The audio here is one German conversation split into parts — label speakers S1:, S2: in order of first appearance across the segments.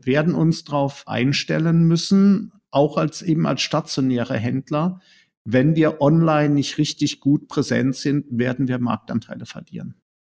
S1: werden uns darauf einstellen müssen, auch als stationäre Händler. Wenn wir online nicht richtig gut präsent sind, werden wir Marktanteile verlieren.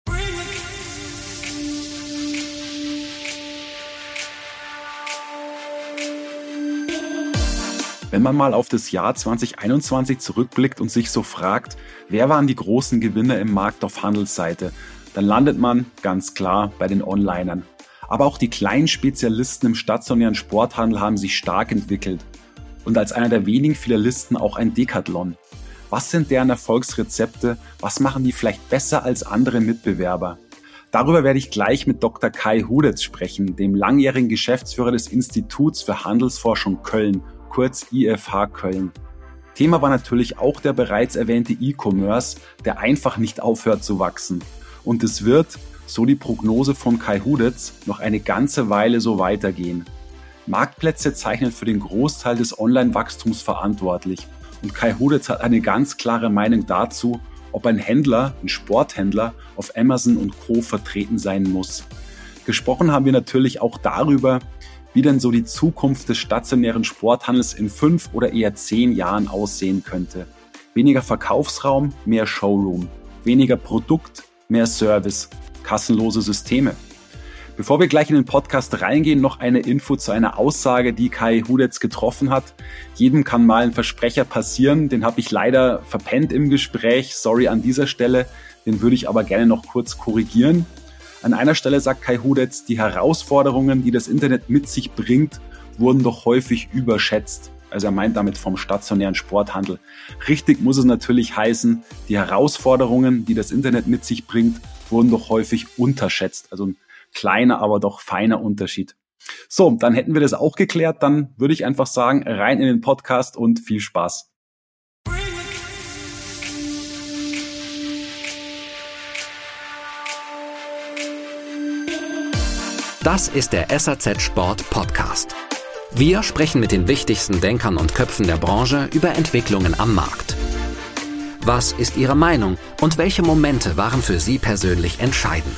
S2: Wenn man mal auf das Jahr 2021 zurückblickt und sich so fragt, wer waren die großen Gewinner im Markt auf Handelsseite, dann landet man ganz klar bei den Onlinern. Aber auch die kleinen Spezialisten im stationären Sporthandel haben sich stark entwickelt. Und als einer der wenigen Filialisten auch ein Decathlon. Was sind deren Erfolgsrezepte? Was machen die vielleicht besser als andere Mitbewerber? Darüber werde ich gleich mit Dr. Kai Hudetz sprechen, dem langjährigen Geschäftsführer des Instituts für Handelsforschung Köln, kurz IFH Köln. Thema war natürlich auch der bereits erwähnte E-Commerce, der einfach nicht aufhört zu wachsen. Und es wird, so die Prognose von Kai Hudetz, noch eine ganze Weile so weitergehen. Marktplätze zeichnen für den Großteil des Online-Wachstums verantwortlich. Und Kai Hudetz hat eine ganz klare Meinung dazu, ob ein Sporthändler auf Amazon und Co. vertreten sein muss. Gesprochen haben wir natürlich auch darüber, wie denn so die Zukunft des stationären Sporthandels in 5 oder eher 10 Jahren aussehen könnte. Weniger Verkaufsraum, mehr Showroom. Weniger Produkt, mehr Service. Kassenlose Systeme. Bevor wir gleich in den Podcast reingehen, noch eine Info zu einer Aussage, die Kai Hudetz getroffen hat. Jedem kann mal ein Versprecher passieren, den habe ich leider verpennt im Gespräch, sorry an dieser Stelle, den würde ich aber gerne noch kurz korrigieren. An einer Stelle sagt Kai Hudetz, die Herausforderungen, die das Internet mit sich bringt, wurden doch häufig überschätzt. Also er meint damit vom stationären Sporthandel. Richtig muss es natürlich heißen, die Herausforderungen, die das Internet mit sich bringt, wurden doch häufig unterschätzt. Also ein kleiner, aber doch feiner Unterschied. So, dann hätten wir das auch geklärt. Dann würde ich einfach sagen, rein in den Podcast und viel Spaß.
S3: Das ist der SAZ Sport Podcast. Wir sprechen mit den wichtigsten Denkern und Köpfen der Branche über Entwicklungen am Markt. Was ist Ihre Meinung und welche Momente waren für Sie persönlich entscheidend?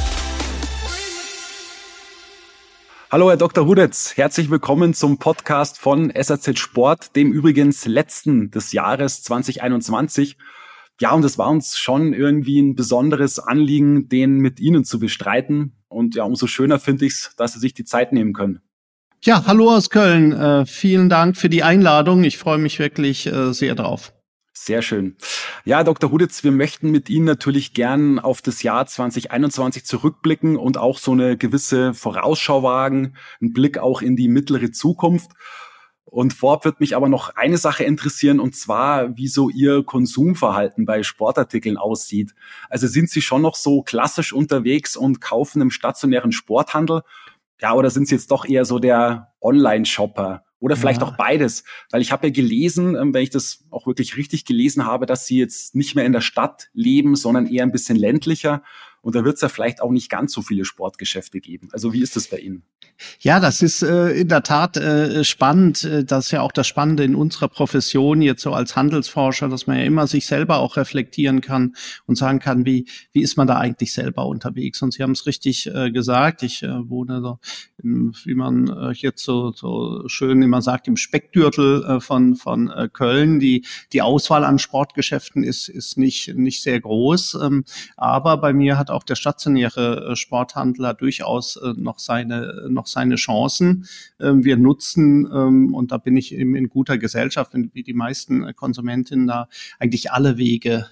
S2: Hallo Herr Dr. Hudetz, herzlich willkommen zum Podcast von SAZ Sport, dem übrigens letzten des Jahres 2021. Ja, und es war uns schon irgendwie ein besonderes Anliegen, den mit Ihnen zu bestreiten. Und ja, umso schöner finde ich es, dass Sie sich die Zeit nehmen können.
S1: Ja, hallo aus Köln. Vielen Dank für die Einladung. Ich freue mich wirklich sehr drauf.
S2: Sehr schön. Ja, Dr. Hudetz, wir möchten mit Ihnen natürlich gern auf das Jahr 2021 zurückblicken und auch so eine gewisse Vorausschau wagen, einen Blick auch in die mittlere Zukunft. Und vorab wird mich aber noch eine Sache interessieren, und zwar, wie so Ihr Konsumverhalten bei Sportartikeln aussieht. Also sind Sie schon noch so klassisch unterwegs und kaufen im stationären Sporthandel? Ja, oder sind Sie jetzt doch eher so der Online-Shopper? Oder vielleicht auch beides? Weil ich habe ja gelesen, wenn ich das auch wirklich richtig gelesen habe, dass Sie jetzt nicht mehr in der Stadt leben, sondern eher ein bisschen ländlicher. Und da wird es ja vielleicht auch nicht ganz so viele Sportgeschäfte geben. Also wie ist das bei Ihnen?
S1: Ja, das ist in der Tat spannend. Das ist ja auch das Spannende in unserer Profession jetzt so als Handelsforscher, dass man ja immer sich selber auch reflektieren kann und sagen kann, wie ist man da eigentlich selber unterwegs? Und Sie haben es richtig gesagt. Ich wohne so, wie man jetzt so schön immer sagt, im Speckgürtel von Köln. Die Auswahl an Sportgeschäften ist nicht sehr groß, aber bei mir hat auch der stationäre Sporthandler durchaus noch seine Chancen. Wir nutzen, und da bin ich eben in guter Gesellschaft, wie die meisten Konsumentinnen, da eigentlich alle Wege,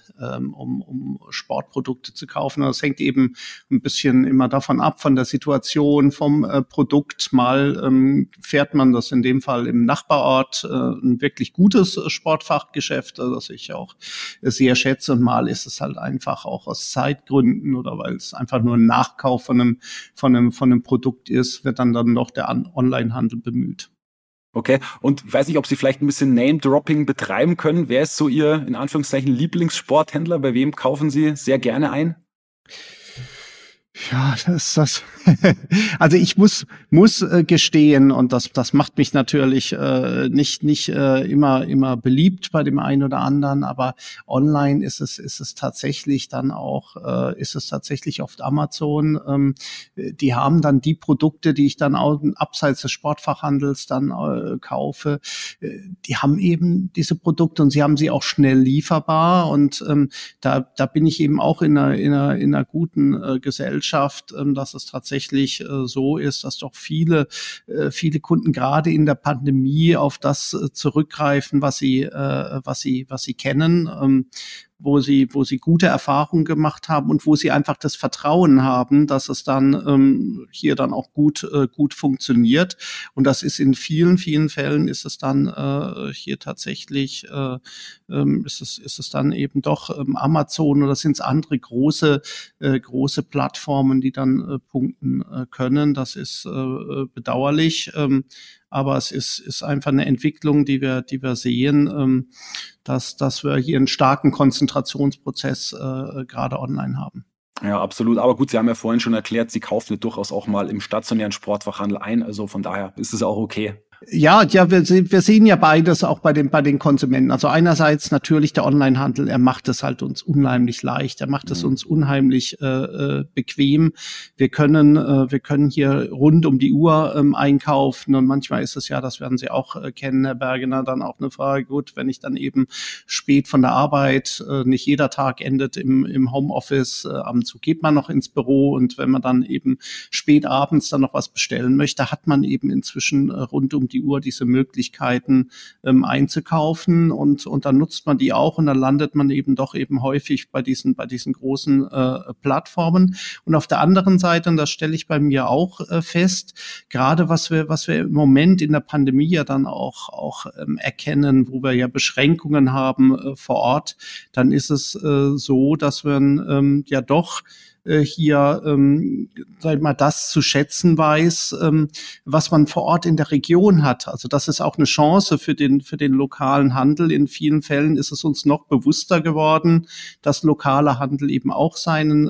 S1: um Sportprodukte zu kaufen. Das hängt eben ein bisschen immer davon ab, von der Situation, vom Produkt. Mal fährt man das in dem Fall im Nachbarort, ein wirklich gutes Sportfachgeschäft, das ich auch sehr schätze, und mal ist es halt einfach auch aus Zeitgründen oder weil es einfach nur ein Nachkauf von einem Produkt ist, wird dann doch der Onlinehandel bemüht.
S2: Okay, und ich weiß nicht, ob Sie vielleicht ein bisschen Name-Dropping betreiben können. Wer ist so Ihr, in Anführungszeichen, Lieblingssporthändler? Bei wem kaufen Sie sehr gerne ein?
S1: Ja, das. Also ich muss gestehen, und das macht mich natürlich nicht immer beliebt bei dem einen oder anderen, aber online ist es tatsächlich dann auch ist es tatsächlich oft Amazon. Die haben dann die Produkte, die ich dann auch abseits des Sportfachhandels dann kaufe. Die haben eben diese Produkte und sie haben sie auch schnell lieferbar, und da bin ich eben auch in einer guten Gesellschaft, dass es tatsächlich so ist, dass doch viele Kunden gerade in der Pandemie auf das zurückgreifen, was sie kennen, wo sie gute Erfahrungen gemacht haben und wo sie einfach das Vertrauen haben, dass es dann hier dann auch gut funktioniert. Und das ist in vielen Fällen ist es dann hier tatsächlich ist es dann eben doch Amazon, oder sind es andere große Plattformen, die dann punkten können. Das ist bedauerlich. Aber es ist einfach eine Entwicklung, die wir sehen, dass wir hier einen starken Konzentrationsprozess gerade online haben.
S2: Ja, absolut. Aber gut, Sie haben ja vorhin schon erklärt, Sie kaufen ja durchaus auch mal im stationären Sportfachhandel ein. Also von daher ist es auch okay.
S1: Ja, wir sehen ja beides auch bei den Konsumenten. Also einerseits natürlich der Onlinehandel, er macht es halt uns unheimlich leicht, er macht es uns unheimlich bequem. Wir können hier rund um die Uhr einkaufen, und manchmal ist es ja, das werden Sie auch kennen, Herr Bergener, dann auch eine Frage, gut, wenn ich dann eben spät von der Arbeit, nicht jeder Tag endet im Homeoffice, ab und zu geht man noch ins Büro, und wenn man dann eben spät abends dann noch was bestellen möchte, hat man eben inzwischen rund um die Uhr diese Möglichkeiten einzukaufen, und dann nutzt man die auch, und dann landet man eben doch eben häufig bei diesen großen Plattformen. Und auf der anderen Seite, und das stelle ich bei mir auch fest, gerade was wir im Moment in der Pandemie ja dann auch erkennen, wo wir ja Beschränkungen haben vor Ort, dann ist es so, dass wir ja doch hier, sag ich mal, das zu schätzen weiß, was man vor Ort in der Region hat. Also das ist auch eine Chance für den lokalen Handel. In vielen Fällen ist es uns noch bewusster geworden, dass lokaler Handel eben auch seinen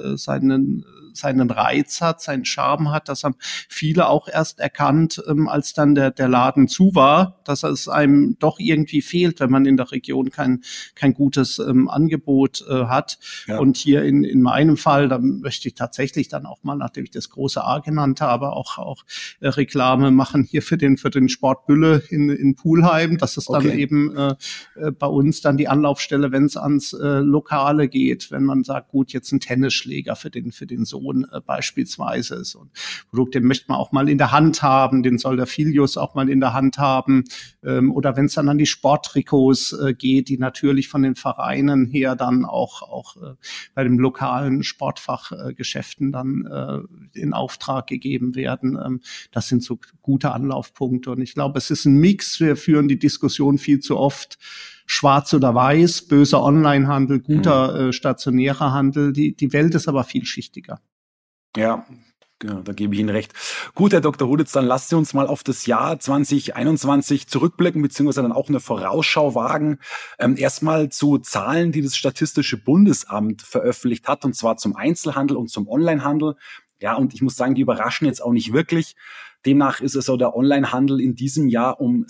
S1: Reiz hat, seinen Charme hat. Das haben viele auch erst erkannt, als dann der Laden zu war, dass es einem doch irgendwie fehlt, wenn man in der Region kein gutes Angebot hat. Ja. Und hier in meinem Fall, da möchte ich tatsächlich dann auch mal, nachdem ich das große A genannt habe, auch Reklame machen hier für den Sport Bülle in Pulheim. Das ist dann eben bei uns dann die Anlaufstelle, wenn es ans Lokale geht, wenn man sagt, gut, jetzt ein Tennisschläger für den Sohn beispielsweise ist. Und Produkt, den möchte man auch mal in der Hand haben, den soll der Filius auch mal in der Hand haben. Oder wenn es dann an die Sporttrikots geht, die natürlich von den Vereinen her dann auch bei dem lokalen Sportfachgeschäften dann in Auftrag gegeben werden. Das sind so gute Anlaufpunkte. Und ich glaube, es ist ein Mix. Wir führen die Diskussion viel zu oft schwarz oder weiß, böser Onlinehandel, guter stationärer Handel. Die Welt ist aber vielschichtiger.
S2: Ja, genau, da gebe ich Ihnen recht. Gut, Herr Dr. Huditz, dann lassen Sie uns mal auf das Jahr 2021 zurückblicken, beziehungsweise dann auch eine Vorausschau wagen. Erstmal zu Zahlen, die das Statistische Bundesamt veröffentlicht hat, und zwar zum Einzelhandel und zum Onlinehandel. Ja, und ich muss sagen, die überraschen jetzt auch nicht wirklich. Demnach ist es so der Onlinehandel in diesem Jahr um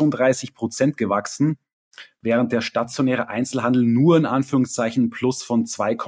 S2: 36% gewachsen, während der stationäre Einzelhandel nur in Anführungszeichen Plus von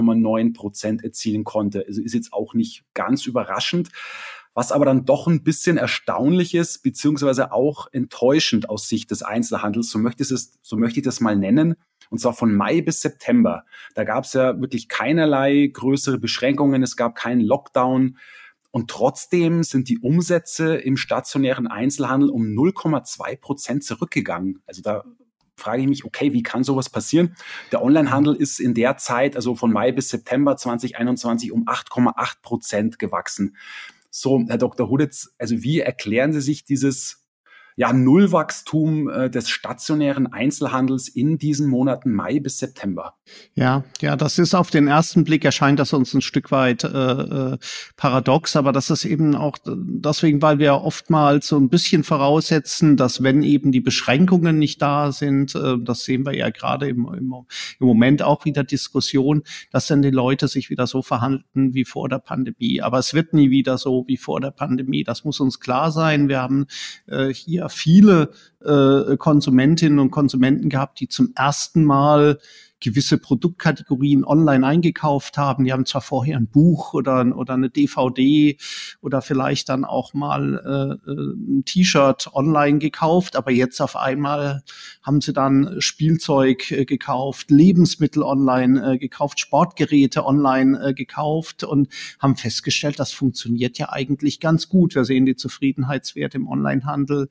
S2: 2,9% erzielen konnte. Also ist jetzt auch nicht ganz überraschend. Was aber dann doch ein bisschen erstaunlich ist, beziehungsweise auch enttäuschend aus Sicht des Einzelhandels, so möchte ich das mal nennen, und zwar von Mai bis September. Da gab es ja wirklich keinerlei größere Beschränkungen, es gab keinen Lockdown. Und trotzdem sind die Umsätze im stationären Einzelhandel um 0,2% zurückgegangen. Also da frage ich mich, okay, wie kann sowas passieren? Der Onlinehandel ist in der Zeit, also von Mai bis September 2021, um 8,8% gewachsen. So, Herr Dr. Huditz, also wie erklären Sie sich dieses Nullwachstum des stationären Einzelhandels in diesen Monaten Mai bis September.
S1: Ja, das ist auf den ersten Blick erscheint das uns ein Stück weit paradox, aber das ist eben auch deswegen, weil wir oftmals so ein bisschen voraussetzen, dass wenn eben die Beschränkungen nicht da sind, das sehen wir ja gerade im Moment auch wieder Diskussion, dass dann die Leute sich wieder so verhalten wie vor der Pandemie. Aber es wird nie wieder so wie vor der Pandemie. Das muss uns klar sein. Wir haben hier viele Konsumentinnen und Konsumenten gehabt, die zum ersten Mal gewisse Produktkategorien online eingekauft haben. Die haben zwar vorher ein Buch oder eine DVD oder vielleicht dann auch mal ein T-Shirt online gekauft, aber jetzt auf einmal haben sie dann Spielzeug gekauft, Lebensmittel online gekauft, Sportgeräte online gekauft und haben festgestellt, das funktioniert ja eigentlich ganz gut. Wir sehen, die Zufriedenheitswerte im Onlinehandel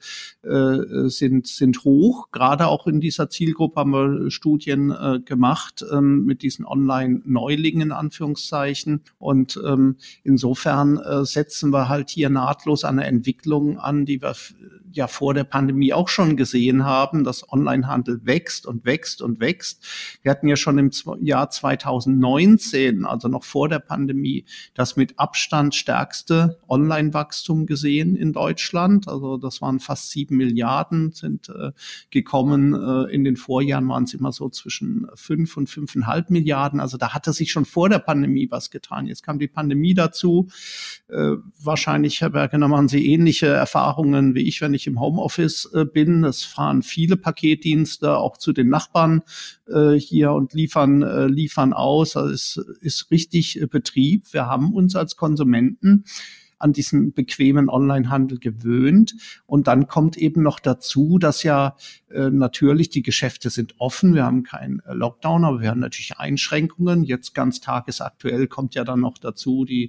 S1: sind hoch. Gerade auch in dieser Zielgruppe haben wir Studien gemacht mit diesen Online-Neulingen in Anführungszeichen. Und insofern setzen wir halt hier nahtlos an eine Entwicklung an, die wir ja vor der Pandemie auch schon gesehen haben, dass Onlinehandel wächst und wächst und wächst. Wir hatten ja schon im Jahr 2019, also noch vor der Pandemie, das mit Abstand stärkste Online-Wachstum gesehen in Deutschland. Also das waren fast 7 Milliarden, sind gekommen. In den Vorjahren waren es immer so zwischen 5 und 5,5 Milliarden. Also da hatte sich schon vor der Pandemie was getan. Jetzt kam die Pandemie dazu. Wahrscheinlich, Herr Bergener, machen Sie ähnliche Erfahrungen wie ich, wenn ich im Homeoffice bin. Es fahren viele Paketdienste auch zu den Nachbarn hier und liefern aus. Also es ist richtig Betrieb. Wir haben uns als Konsumenten an diesen bequemen Onlinehandel gewöhnt. Und dann kommt eben noch dazu, dass ja natürlich die Geschäfte sind offen. Wir haben keinen Lockdown, aber wir haben natürlich Einschränkungen. Jetzt ganz tagesaktuell kommt ja dann noch dazu die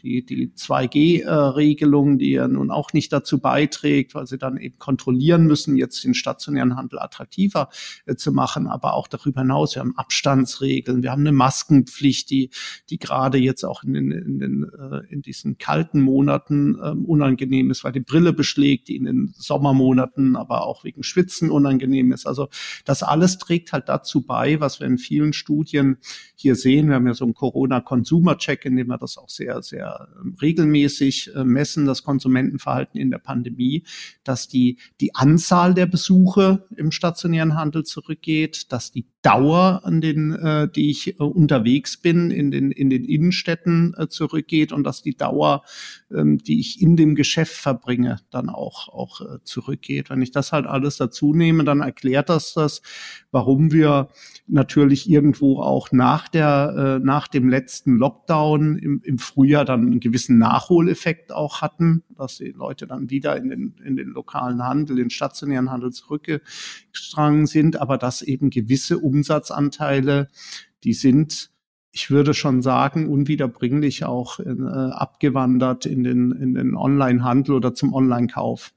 S1: 2G-Regelung, die ja nun auch nicht dazu beiträgt, weil sie dann eben kontrollieren müssen, jetzt den stationären Handel attraktiver zu machen. Aber auch darüber hinaus, wir haben Abstandsregeln, wir haben eine Maskenpflicht, die gerade jetzt auch in diesen kalten Monaten unangenehm ist, weil die Brille beschlägt, die in den Sommermonaten aber auch wegen Schwitzen unangenehm ist. Also das alles trägt halt dazu bei, was wir in vielen Studien hier sehen. Wir haben ja so einen Corona-Consumer-Check, in dem wir das auch sehr, sehr regelmäßig messen, das Konsumentenverhalten in der Pandemie, dass die Anzahl der Besuche im stationären Handel zurückgeht, dass die Dauer, an den die ich unterwegs bin, in den Innenstädten zurückgeht und dass die Dauer, die ich in dem Geschäft verbringe, dann auch zurückgeht. Wenn ich das halt alles dazu nehme, dann erklärt das, warum wir natürlich irgendwo auch nach dem letzten Lockdown im Frühjahr dann einen gewissen Nachholeffekt auch hatten, dass die Leute dann wieder in den lokalen Handel, den stationären Handel zurückgegangen sind, aber dass eben gewisse Umsatzanteile, die sind, ich würde schon sagen, unwiederbringlich auch abgewandert in den Online-Handel oder zum Online-Kauf.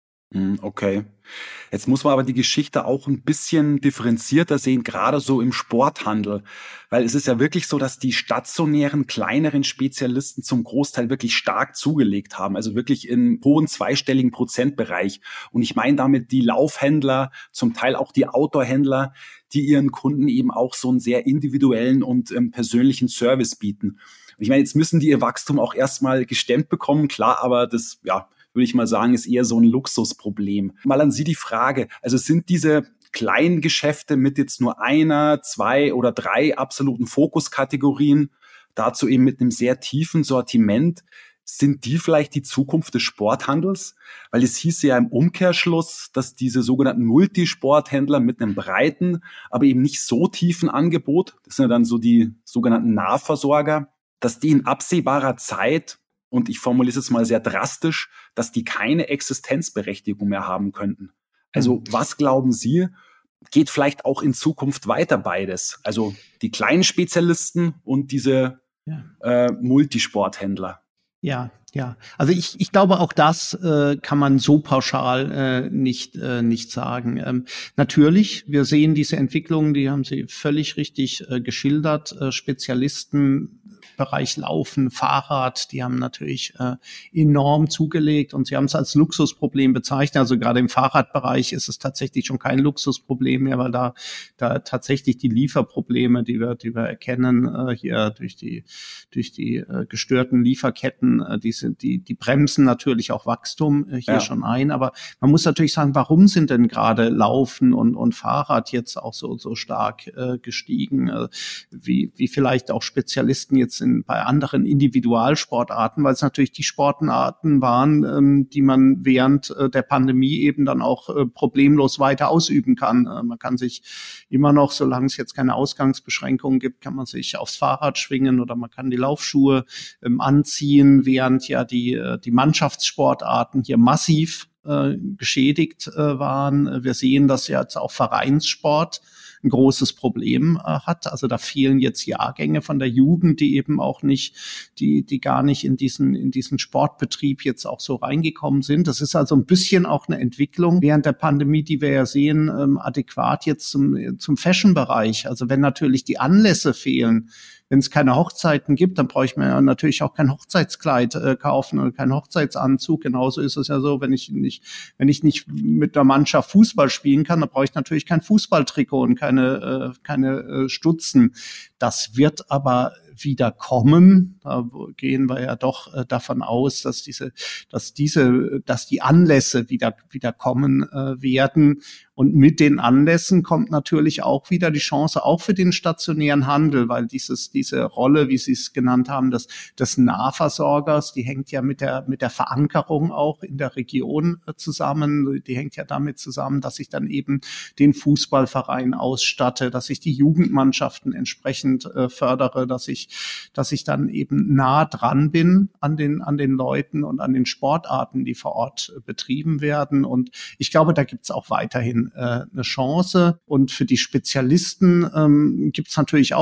S2: Okay. Jetzt muss man aber die Geschichte auch ein bisschen differenzierter sehen, gerade so im Sporthandel. Weil es ist ja wirklich so, dass die stationären, kleineren Spezialisten zum Großteil wirklich stark zugelegt haben. Also wirklich im hohen zweistelligen Prozentbereich. Und ich meine damit die Laufhändler, zum Teil auch die Outdoor-Händler, die ihren Kunden eben auch so einen sehr individuellen und persönlichen Service bieten. Und ich meine, jetzt müssen die ihr Wachstum auch erstmal gestemmt bekommen. Klar, aber das, würde ich mal sagen, ist eher so ein Luxusproblem. Mal an Sie die Frage, also sind diese kleinen Geschäfte mit jetzt nur 1, 2 oder 3 absoluten Fokuskategorien, dazu eben mit einem sehr tiefen Sortiment, sind die vielleicht die Zukunft des Sporthandels? Weil es hieß ja im Umkehrschluss, dass diese sogenannten Multisporthändler mit einem breiten, aber eben nicht so tiefen Angebot, das sind ja dann so die sogenannten Nahversorger, dass die in absehbarer Zeit, und ich formuliere es jetzt mal sehr drastisch, dass die keine Existenzberechtigung mehr haben könnten. Also was glauben Sie, geht vielleicht auch in Zukunft weiter beides? Also die kleinen Spezialisten und diese Multisporthändler.
S1: Ja. Also ich glaube, auch das kann man so pauschal nicht sagen. Natürlich, wir sehen diese Entwicklung, die haben Sie völlig richtig geschildert. Spezialisten Bereich Laufen, Fahrrad, die haben natürlich enorm zugelegt und sie haben es als Luxusproblem bezeichnet. Also gerade im Fahrradbereich ist es tatsächlich schon kein Luxusproblem mehr, weil da tatsächlich die Lieferprobleme, die wir erkennen, hier durch die gestörten Lieferketten, die bremsen natürlich auch Wachstum hier schon ein. Aber man muss natürlich sagen, warum sind denn gerade Laufen und Fahrrad jetzt auch so stark gestiegen? Wie vielleicht auch Spezialisten jetzt bei anderen Individualsportarten, weil es natürlich die Sportarten waren, die man während der Pandemie eben dann auch problemlos weiter ausüben kann. Man kann sich immer noch, solange es jetzt keine Ausgangsbeschränkungen gibt, kann man sich aufs Fahrrad schwingen oder man kann die Laufschuhe anziehen, während ja die Mannschaftssportarten hier massiv geschädigt waren. Wir sehen, dass jetzt auch Vereinssport ein großes Problem hat. Also da fehlen jetzt Jahrgänge von der Jugend, die eben auch nicht, die gar nicht in diesen Sportbetrieb jetzt auch so reingekommen sind. Das ist also ein bisschen auch eine Entwicklung während der Pandemie, die wir ja sehen, adäquat jetzt zum Fashion-Bereich. Also wenn natürlich die Anlässe fehlen, wenn es keine Hochzeiten gibt, dann brauche ich mir ja natürlich auch kein Hochzeitskleid kaufen oder keinen Hochzeitsanzug. Genauso ist es ja so, wenn ich nicht mit der Mannschaft Fußball spielen kann, dann brauche ich natürlich kein Fußballtrikot und keine Stutzen. Das wird aber wieder kommen. Da gehen wir ja doch davon aus, dass die Anlässe wieder kommen werden. Und mit den Anlässen kommt natürlich auch wieder die Chance, auch für den stationären Handel, weil diese Rolle, wie Sie es genannt haben, des Nahversorgers, die hängt ja mit der Verankerung auch in der Region zusammen. Die hängt ja damit zusammen, dass ich dann eben den Fußballverein ausstatte, dass ich die Jugendmannschaften entsprechend fördere, dass ich dann eben nah dran bin an den Leuten und an den Sportarten, die vor Ort betrieben werden. Und ich glaube, da gibt's auch weiterhin eine Chance. Und für die Spezialisten gibt's natürlich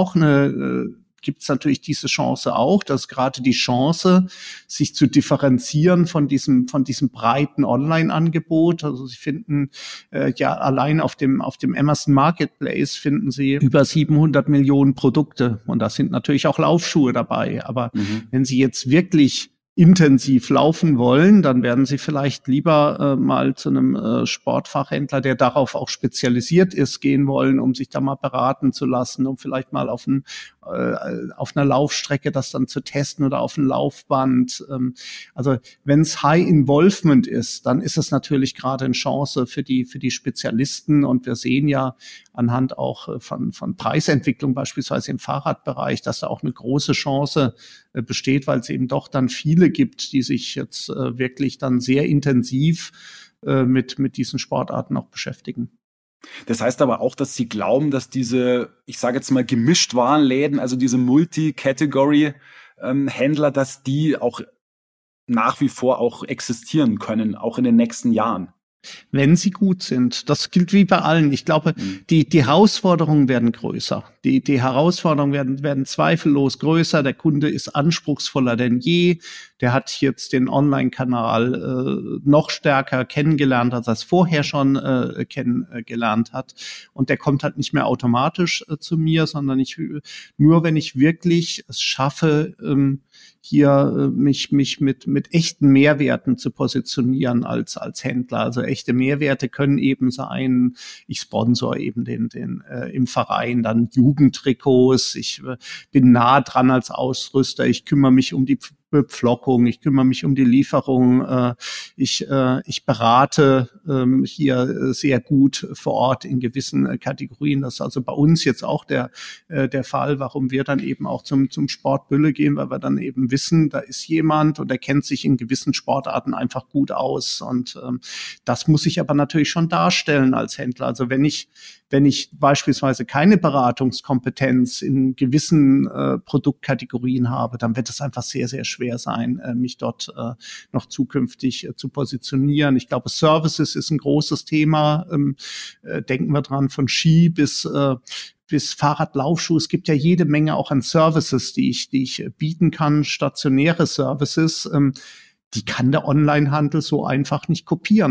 S1: diese Chance auch, dass gerade die Chance, sich zu differenzieren von diesem breiten Online-Angebot. Also Sie finden allein auf dem Amazon Marketplace finden Sie über 700 Millionen Produkte und da sind natürlich auch Laufschuhe dabei. Aber wenn Sie jetzt wirklich intensiv laufen wollen, dann werden Sie vielleicht lieber mal zu einem Sportfachhändler, der darauf auch spezialisiert ist, gehen wollen, um sich da mal beraten zu lassen, um vielleicht mal auf einer Laufstrecke das dann zu testen oder auf einem Laufband. Also wenn es High Involvement ist, dann ist es natürlich gerade eine Chance für die Spezialisten und wir sehen ja anhand auch von Preisentwicklung beispielsweise im Fahrradbereich, dass da auch eine große Chance besteht, weil es eben doch dann viele gibt, die sich jetzt wirklich dann sehr intensiv mit diesen Sportarten auch beschäftigen.
S2: Das heißt aber auch, dass Sie glauben, dass diese, ich sage jetzt mal, Gemischtwarenläden, also diese Multi-Category-Händler, dass die auch nach wie vor auch existieren können, auch in den nächsten Jahren?
S1: Wenn sie gut sind. Das gilt wie bei allen. Ich glaube, die Herausforderungen werden größer. Die Herausforderungen werden zweifellos größer. Der Kunde ist anspruchsvoller denn je. Der hat jetzt den Online-Kanal noch stärker kennengelernt, als er es vorher schon kennengelernt hat. Und der kommt halt nicht mehr automatisch zu mir, sondern nur wenn ich wirklich es schaffe, hier mich mit echten Mehrwerten zu positionieren als Händler. Also echte Mehrwerte können eben sein, ich sponsor eben den im Verein dann Jugendtrikots, ich bin nah dran als Ausrüster, ich kümmere mich um die Bepflockung, ich kümmere mich um die Lieferung, ich berate hier sehr gut vor Ort in gewissen Kategorien. Das ist also bei uns jetzt auch der Fall, warum wir dann eben auch zum Sportbulle gehen, weil wir dann eben wissen, da ist jemand und der kennt sich in gewissen Sportarten einfach gut aus und das muss ich aber natürlich schon darstellen als Händler. Also wenn ich beispielsweise keine Beratungskompetenz in gewissen Produktkategorien habe, dann wird es einfach sehr, sehr schwer sein, mich dort noch zukünftig zu positionieren. Ich glaube, Services ist ein großes Thema. Denken wir dran, von Ski bis Fahrradlaufschuh. Es gibt ja jede Menge auch an Services, die ich bieten kann, stationäre Services. Die kann der Onlinehandel so einfach nicht kopieren.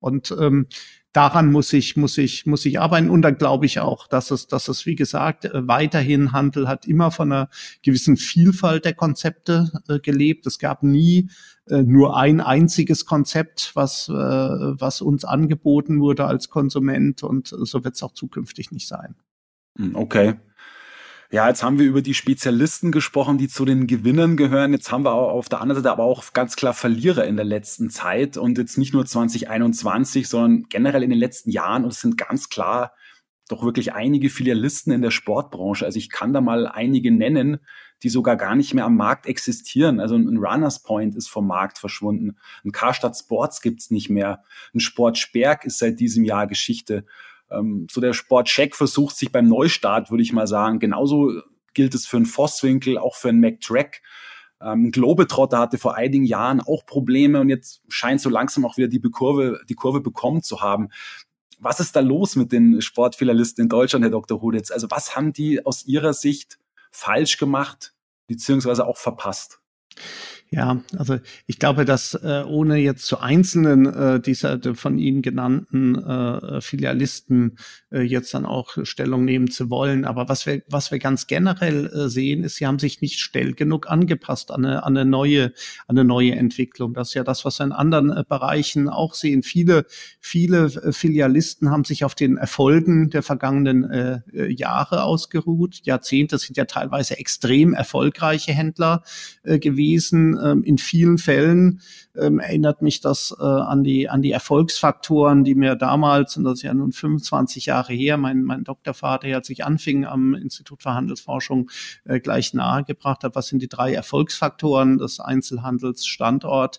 S1: Und daran muss ich arbeiten. Und dann glaube ich auch, dass es, wie gesagt, weiterhin Handel hat immer von einer gewissen Vielfalt der Konzepte gelebt. Es gab nie nur ein einziges Konzept, was uns angeboten wurde als Konsument. Und so wird es auch zukünftig nicht sein.
S2: Okay. Ja, jetzt haben wir über die Spezialisten gesprochen, die zu den Gewinnern gehören. Jetzt haben wir auch auf der anderen Seite aber auch ganz klar Verlierer in der letzten Zeit und jetzt nicht nur 2021, sondern generell in den letzten Jahren. Und es sind ganz klar doch wirklich einige Filialisten in der Sportbranche. Also ich kann da mal einige nennen, die sogar gar nicht mehr am Markt existieren. Also ein Runners Point ist vom Markt verschwunden. Ein Karstadt Sports gibt's nicht mehr. Ein Sport Sperg ist seit diesem Jahr Geschichte. So der Sportcheck versucht sich beim Neustart, würde ich mal sagen. Genauso gilt es für einen Vosswinkel, auch für einen McTrack. Globetrotter hatte vor einigen Jahren auch Probleme und jetzt scheint so langsam auch wieder die Kurve bekommen zu haben. Was ist da los mit den Sportfilialisten in Deutschland, Herr Dr. Huditz? Also was haben die aus Ihrer Sicht falsch gemacht, beziehungsweise auch verpasst?
S1: Ja, also ich glaube, dass ohne jetzt zu einzelnen dieser von Ihnen genannten Filialisten jetzt dann auch Stellung nehmen zu wollen, aber was wir ganz generell sehen, ist, sie haben sich nicht schnell genug angepasst an eine neue Entwicklung. Das ist ja das, was wir in anderen Bereichen auch sehen. Viele Filialisten haben sich auf den Erfolgen der vergangenen Jahre ausgeruht. Jahrzehnte sind ja teilweise extrem erfolgreiche Händler gewesen. In vielen Fällen erinnert mich das an die Erfolgsfaktoren, die mir damals, und das ist ja nun 25 Jahre her, mein Doktorvater, als ich anfing am Institut für Handelsforschung, gleich nahegebracht hat. Was sind die 3 Erfolgsfaktoren des Einzelhandels? Standort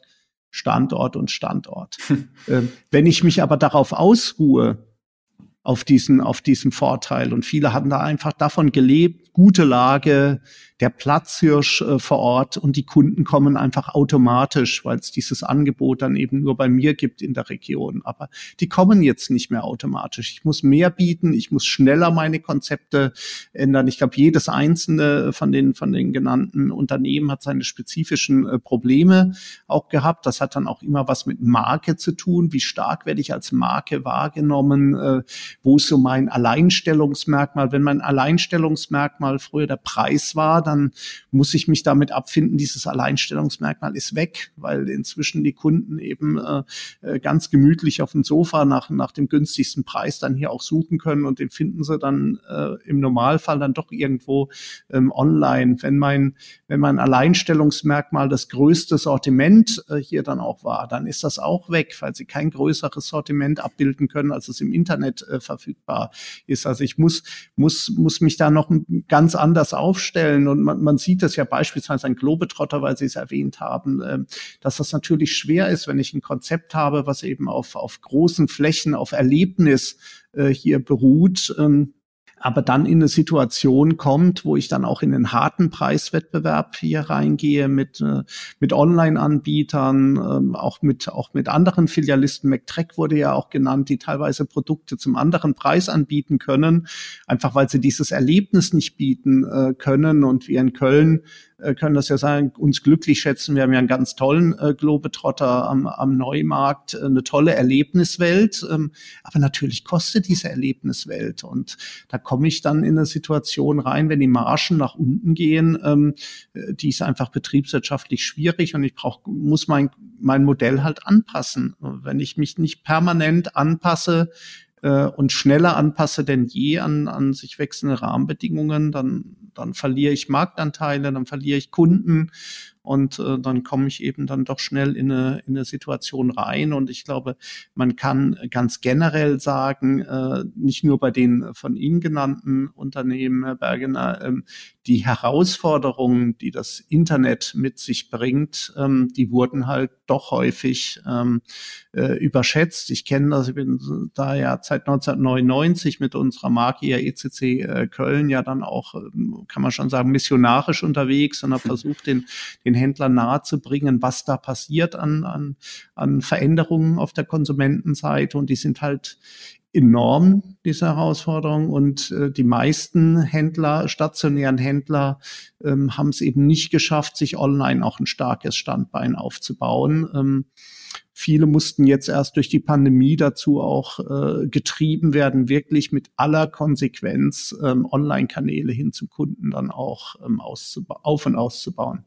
S1: und Standort. Wenn ich mich aber darauf ausruhe, auf diesem Vorteil, und viele haben da einfach davon gelebt, gute Lage, der Platzhirsch vor Ort, und die Kunden kommen einfach automatisch, weil es dieses Angebot dann eben nur bei mir gibt in der Region. Aber die kommen jetzt nicht mehr automatisch. Ich muss mehr bieten, ich muss schneller meine Konzepte ändern. Ich glaube, jedes einzelne von den genannten Unternehmen hat seine spezifischen Probleme auch gehabt. Das hat dann auch immer was mit Marke zu tun. Wie stark werde ich als Marke wahrgenommen? Wo ist so mein Alleinstellungsmerkmal? Wenn mein Alleinstellungsmerkmal früher der Preis war, dann muss ich mich damit abfinden, dieses Alleinstellungsmerkmal ist weg, weil inzwischen die Kunden eben ganz gemütlich auf dem Sofa nach dem günstigsten Preis dann hier auch suchen können, und den finden sie dann im Normalfall dann doch irgendwo online. Wenn mein Alleinstellungsmerkmal das größte Sortiment hier dann auch war, dann ist das auch weg, weil sie kein größeres Sortiment abbilden können, als es im Internet verfügbar ist. Also ich muss mich da noch ganz anders aufstellen. Und man sieht das ja beispielsweise an Globetrotter, weil Sie es erwähnt haben, dass das natürlich schwer ist, wenn ich ein Konzept habe, was eben auf großen Flächen, auf Erlebnis hier beruht, aber dann in eine Situation kommt, wo ich dann auch in den harten Preiswettbewerb hier reingehe mit Online-Anbietern, auch mit anderen Filialisten. McTrack wurde ja auch genannt, die teilweise Produkte zum anderen Preis anbieten können, einfach weil sie dieses Erlebnis nicht bieten können. Und wir in Köln können das ja sagen, uns glücklich schätzen. Wir haben ja einen ganz tollen Globetrotter am Neumarkt, eine tolle Erlebniswelt. Aber natürlich kostet diese Erlebniswelt. Und da komme ich dann in eine Situation rein, wenn die Margen nach unten gehen, die ist einfach betriebswirtschaftlich schwierig, und ich muss mein Modell halt anpassen. Wenn ich mich nicht permanent anpasse und schneller anpasse denn je an sich wechselnde Rahmenbedingungen, dann verliere ich Marktanteile, dann verliere ich Kunden, und dann komme ich eben dann doch schnell in eine Situation rein. Und ich glaube, man kann ganz generell sagen, nicht nur bei den von Ihnen genannten Unternehmen, Herr Bergener, die Herausforderungen, die das Internet mit sich bringt, die wurden halt doch häufig überschätzt. Ich kenne das, ich bin da ja seit 1999 mit unserer Marke ja ECC Köln ja dann auch, kann man schon sagen, missionarisch unterwegs, und habe versucht, den Händlern nahezubringen, was da passiert an Veränderungen auf der Konsumentenseite. Und die sind halt enorm, diese Herausforderung. Und die meisten Händler, stationären Händler, haben es eben nicht geschafft, sich online auch ein starkes Standbein aufzubauen. viele mussten jetzt erst durch die Pandemie dazu auch getrieben werden, wirklich mit aller Konsequenz Online-Kanäle hin zum Kunden dann auch auf- und auszubauen.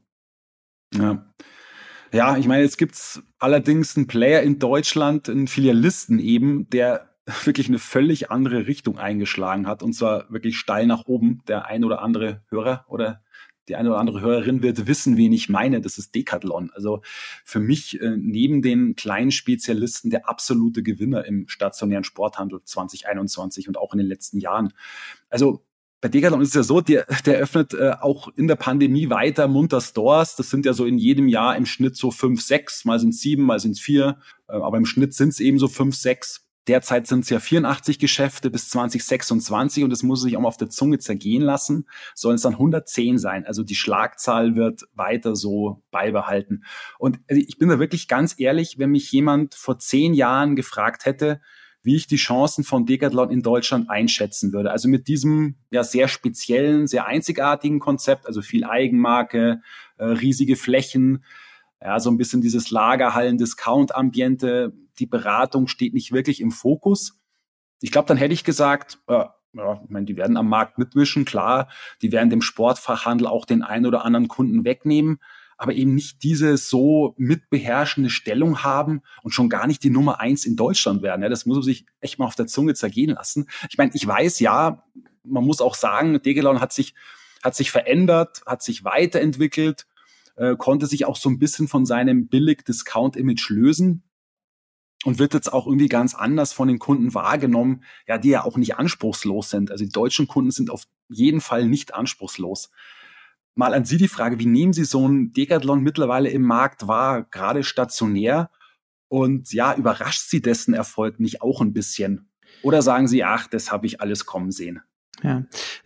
S2: Ja. Ja, ich meine, jetzt gibt's allerdings einen Player in Deutschland, einen Filialisten eben, der wirklich eine völlig andere Richtung eingeschlagen hat, und zwar wirklich steil nach oben. Der ein oder andere Hörer oder die eine oder andere Hörerin wird wissen, wen ich meine. Das ist Decathlon. Also für mich neben den kleinen Spezialisten der absolute Gewinner im stationären Sporthandel 2021 und auch in den letzten Jahren. Also bei Decathlon ist es ja so, der öffnet auch in der Pandemie weiter munter Stores. Das sind ja so in jedem Jahr im Schnitt so 5, 6, mal sind es 7, mal sind es 4. Aber im Schnitt sind es eben so 5, 6. Derzeit sind es ja 84 Geschäfte bis 2026 und das muss sich auch mal auf der Zunge zergehen lassen. Sollen es dann 110 sein. Also die Schlagzahl wird weiter so beibehalten. Und ich bin da wirklich ganz ehrlich, wenn mich jemand vor 10 Jahren gefragt hätte, wie ich die Chancen von Decathlon in Deutschland einschätzen würde. Also mit diesem ja sehr speziellen, sehr einzigartigen Konzept, also viel Eigenmarke, riesige Flächen, ja, so ein bisschen dieses Lagerhallen-Discount-Ambiente, die Beratung steht nicht wirklich im Fokus. Ich glaube, dann hätte ich gesagt, ja, ich meine, die werden am Markt mitmischen, klar, die werden dem Sportfachhandel auch den einen oder anderen Kunden wegnehmen, aber eben nicht diese so mitbeherrschende Stellung haben und schon gar nicht die Nummer 1 in Deutschland werden. Ja, das muss man sich echt mal auf der Zunge zergehen lassen. Ich meine, ich weiß, ja, man muss auch sagen, Decathlon hat sich verändert, hat sich weiterentwickelt, konnte sich auch so ein bisschen von seinem Billig-Discount-Image lösen und wird jetzt auch irgendwie ganz anders von den Kunden wahrgenommen, ja, die ja auch nicht anspruchslos sind. Also die deutschen Kunden sind auf jeden Fall nicht anspruchslos. Mal an Sie die Frage, wie nehmen Sie so ein Decathlon mittlerweile im Markt wahr, gerade stationär? Und ja, überrascht Sie dessen Erfolg nicht auch ein bisschen? Oder sagen Sie, ach, das habe ich alles kommen sehen?
S1: Ja,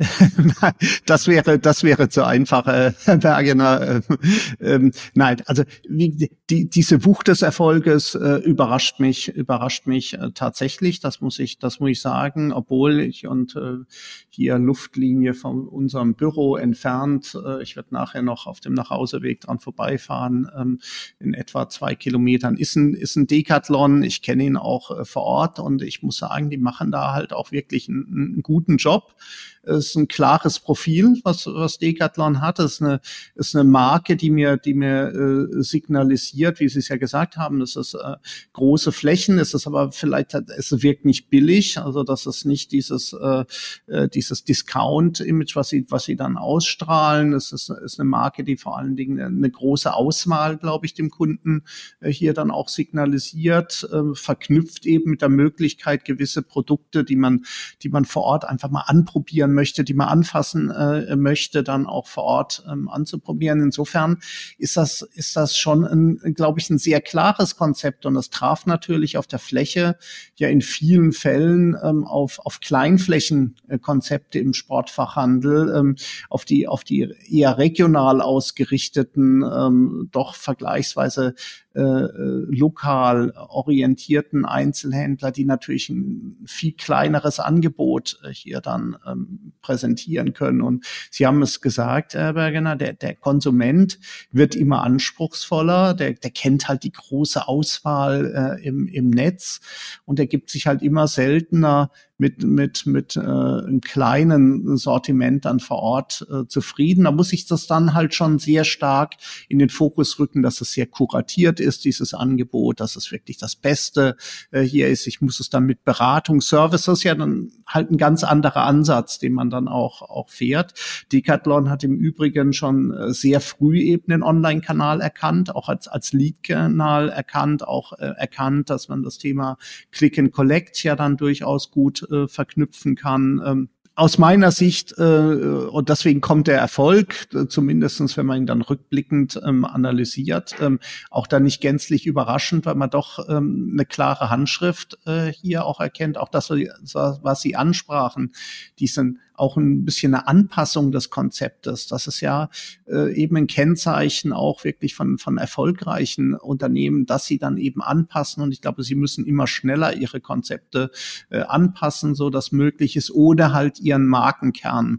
S1: das wäre zu einfach, Herr Bergener. Nein, also diese Wucht des Erfolges überrascht mich tatsächlich. Das muss ich sagen, obwohl ich hier Luftlinie von unserem Büro entfernt. Ich werde nachher noch auf dem Nachhauseweg dran vorbeifahren. In etwa 2 Kilometern ist ein Decathlon. Ich kenne ihn auch vor Ort und ich muss sagen, die machen da halt auch wirklich einen guten Job. Es ist ein klares Profil, was Decathlon hat. Es ist eine Marke, die mir signalisiert, wie Sie es ja gesagt haben, das ist große Flächen, es ist aber vielleicht, es wirkt nicht billig, also das ist nicht dieses Discount-Image, was sie dann ausstrahlen. Es ist eine Marke, die vor allen Dingen eine große Auswahl, glaube ich, dem Kunden hier dann auch signalisiert, verknüpft eben mit der Möglichkeit, gewisse Produkte, die man vor Ort einfach mal anprobieren möchte, die man anfassen möchte, dann auch vor Ort anzuprobieren. Insofern ist das schon glaube ich, ein sehr klares Konzept und das traf natürlich auf der Fläche ja in vielen Fällen auf Kleinflächenkonzepte im Sportfachhandel, auf die eher regional ausgerichteten, doch vergleichsweise lokal orientierten Einzelhändler, die natürlich ein viel kleineres Angebot hier dann präsentieren können. Und Sie haben es gesagt, Herr Bergener, der Konsument wird immer anspruchsvoller, der kennt halt die große Auswahl im Netz und der gibt sich halt immer seltener mit einem kleinen Sortiment dann vor Ort zufrieden. Da muss ich das dann halt schon sehr stark in den Fokus rücken, dass es sehr kuratiert ist, dieses Angebot, dass es wirklich das Beste hier ist. Ich muss es dann mit Beratung, Service, das ist ja dann halt ein ganz anderer Ansatz, den man dann auch fährt. Decathlon hat im Übrigen schon sehr früh eben den Online-Kanal erkannt, auch als Lead-Kanal erkannt, auch erkannt, dass man das Thema Click and Collect ja dann durchaus gut verknüpfen kann. Aus meiner Sicht, und deswegen kommt der Erfolg, zumindestens wenn man ihn dann rückblickend analysiert, auch dann nicht gänzlich überraschend, weil man doch eine klare Handschrift hier auch erkennt, auch das, was Sie ansprachen, diesen auch ein bisschen eine Anpassung des Konzeptes. Das ist ja eben ein Kennzeichen auch wirklich von erfolgreichen Unternehmen, dass sie dann eben anpassen. Und ich glaube, sie müssen immer schneller ihre Konzepte anpassen, so dass möglich ist, oder halt ihren Markenkern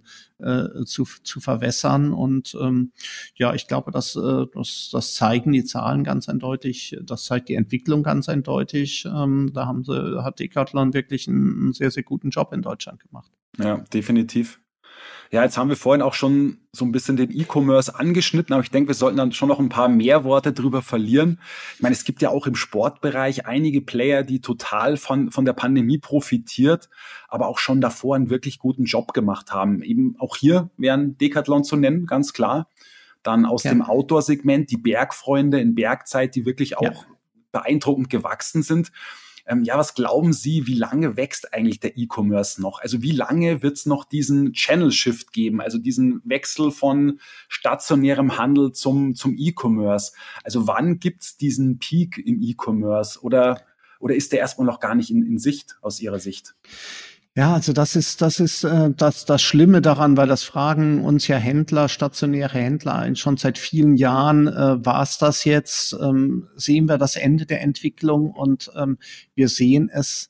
S1: zu verwässern. Und ja, ich glaube, das zeigen die Zahlen ganz eindeutig, das zeigt die Entwicklung ganz eindeutig. Da hat Decathlon wirklich einen sehr, sehr guten Job in Deutschland gemacht.
S2: Ja, definitiv. Ja, jetzt haben wir vorhin auch schon so ein bisschen den E-Commerce angeschnitten, aber ich denke, wir sollten dann schon noch ein paar mehr Worte drüber verlieren. Ich meine, es gibt ja auch im Sportbereich einige Player, die total von der Pandemie profitiert, aber auch schon davor einen wirklich guten Job gemacht haben. Eben auch hier wären Decathlon zu nennen, ganz klar. Dann aus dem Outdoor-Segment die Bergfreunde in Bergzeit, die wirklich auch beeindruckend gewachsen sind. Ja, was glauben Sie, wie lange wächst eigentlich der E-Commerce noch? Also wie lange wird es noch diesen Channel-Shift geben, also diesen Wechsel von stationärem Handel zum E-Commerce? Also wann gibt es diesen Peak im E-Commerce oder ist der erstmal noch gar nicht in Sicht aus Ihrer Sicht?
S1: Ja, also das ist das Schlimme daran, weil das fragen uns ja Händler, stationäre Händler schon seit vielen Jahren, war es das jetzt? Sehen wir das Ende der Entwicklung? Und wir sehen es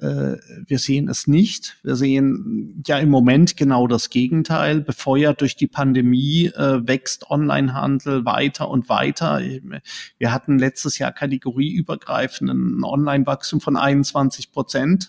S1: nicht. Wir sehen ja im Moment genau das Gegenteil. Befeuert durch die Pandemie wächst Onlinehandel weiter und weiter. Wir hatten letztes Jahr kategorieübergreifenden Online-Wachstum von 21%.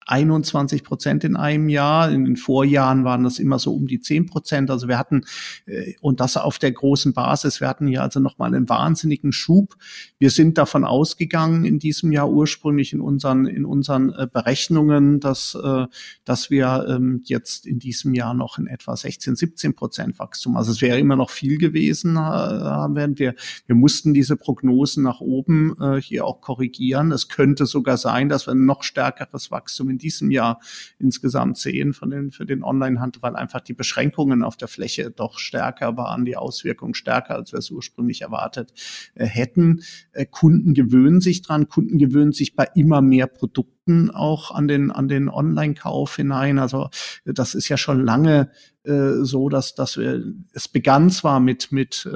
S1: 21% in einem Jahr. In den Vorjahren waren das immer so um die 10%. Also wir hatten, und das auf der großen Basis, wir hatten hier also nochmal einen wahnsinnigen Schub. Wir sind davon ausgegangen in diesem Jahr ursprünglich in unseren Berechnungen, dass wir jetzt in diesem Jahr noch in etwa 16-17% Wachstum. Also es wäre immer noch viel gewesen. Wir mussten diese Prognosen nach oben hier auch korrigieren. Es könnte sogar sein, dass wir ein noch stärkeres Wachstum in diesem Jahr insgesamt sehen für den Onlinehandel, weil einfach die Beschränkungen auf der Fläche doch stärker waren, die Auswirkungen stärker, als wir es ursprünglich erwartet hätten. Kunden gewöhnen sich dran, Kunden gewöhnen sich bei immer mehr Produkten auch an den Online-Kauf hinein. Also das ist ja schon lange so, dass es begann zwar mit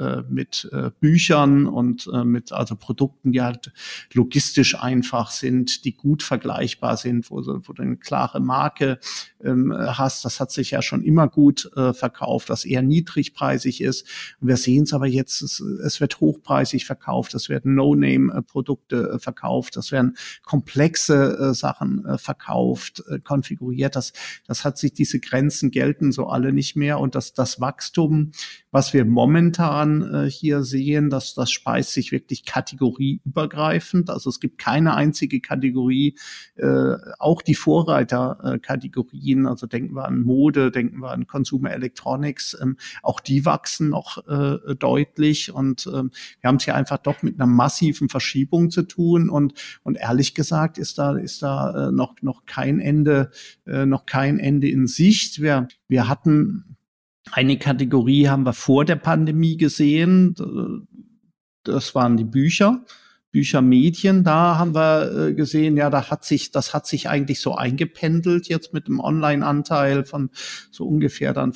S1: Büchern und mit also Produkten, die halt logistisch einfach sind, die gut vergleichbar sind, wo du eine klare Marke hast. Das hat sich ja schon immer gut verkauft, was eher niedrigpreisig ist. Und wir sehen es aber jetzt, es wird hochpreisig verkauft, es werden No-Name-Produkte verkauft, es werden komplexe Sachen verkauft, konfiguriert. Das hat sich, diese Grenzen gelten so alle nicht mehr. Und das Wachstum, was wir momentan hier sehen, das speist sich wirklich kategorieübergreifend. Also es gibt keine einzige Kategorie, auch die Vorreiterkategorien, also denken wir an Mode, denken wir an Consumer Electronics, auch die wachsen noch deutlich. Und wir haben es hier einfach doch mit einer massiven Verschiebung zu tun. Und ehrlich gesagt ist da noch kein Ende in Sicht. Wir hatten eine Kategorie, haben wir vor der Pandemie gesehen. Das waren die Büchermedien. Da haben wir gesehen, ja, das hat sich eigentlich so eingependelt jetzt mit dem Online-Anteil von so ungefähr dann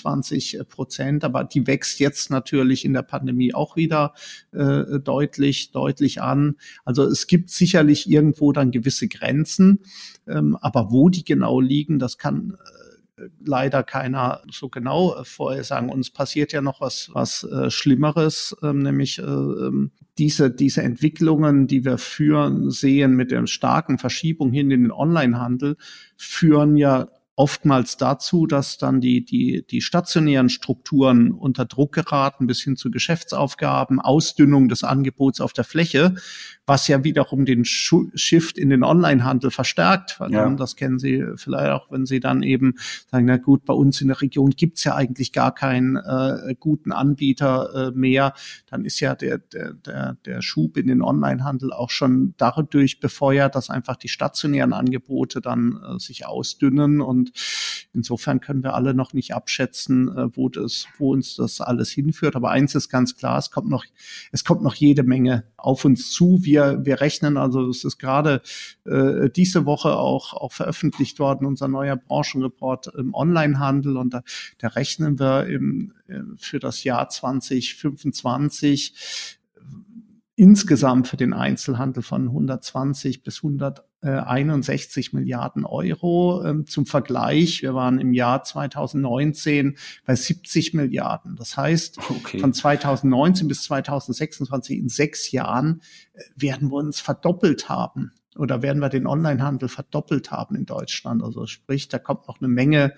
S1: 25%. Aber die wächst jetzt natürlich in der Pandemie auch wieder deutlich an. Also es gibt sicherlich irgendwo dann gewisse Grenzen. Aber wo die genau liegen, das kann leider keiner so genau vorhersagen. Uns passiert ja noch was Schlimmeres, nämlich diese Entwicklungen, die wir sehen mit der starken Verschiebung hin in den Onlinehandel, führen ja oftmals dazu, dass dann die stationären Strukturen unter Druck geraten, bis hin zu Geschäftsaufgaben, Ausdünnung des Angebots auf der Fläche, was ja wiederum den Shift in den Onlinehandel verstärkt. Ja. Das kennen Sie vielleicht auch, wenn Sie dann eben sagen, na gut, bei uns in der Region gibt's ja eigentlich gar keinen guten Anbieter mehr. Dann ist ja der Schub in den Onlinehandel auch schon dadurch befeuert, dass einfach die stationären Angebote dann sich ausdünnen. Und insofern können wir alle noch nicht abschätzen, wo uns das alles hinführt. Aber eins ist ganz klar, es kommt noch jede Menge auf uns zu. Wir rechnen, also es ist gerade diese Woche auch veröffentlicht worden, unser neuer Branchenreport im Onlinehandel, und da rechnen wir für das Jahr 2025 insgesamt für den Einzelhandel von 120 bis 161 Milliarden Euro. Zum Vergleich, wir waren im Jahr 2019 bei 70 Milliarden. Das heißt, von 2019 bis 2026 in 6 Jahren werden wir uns verdoppelt haben. Oder werden wir den Onlinehandel verdoppelt haben in Deutschland? Also sprich, da kommt noch eine Menge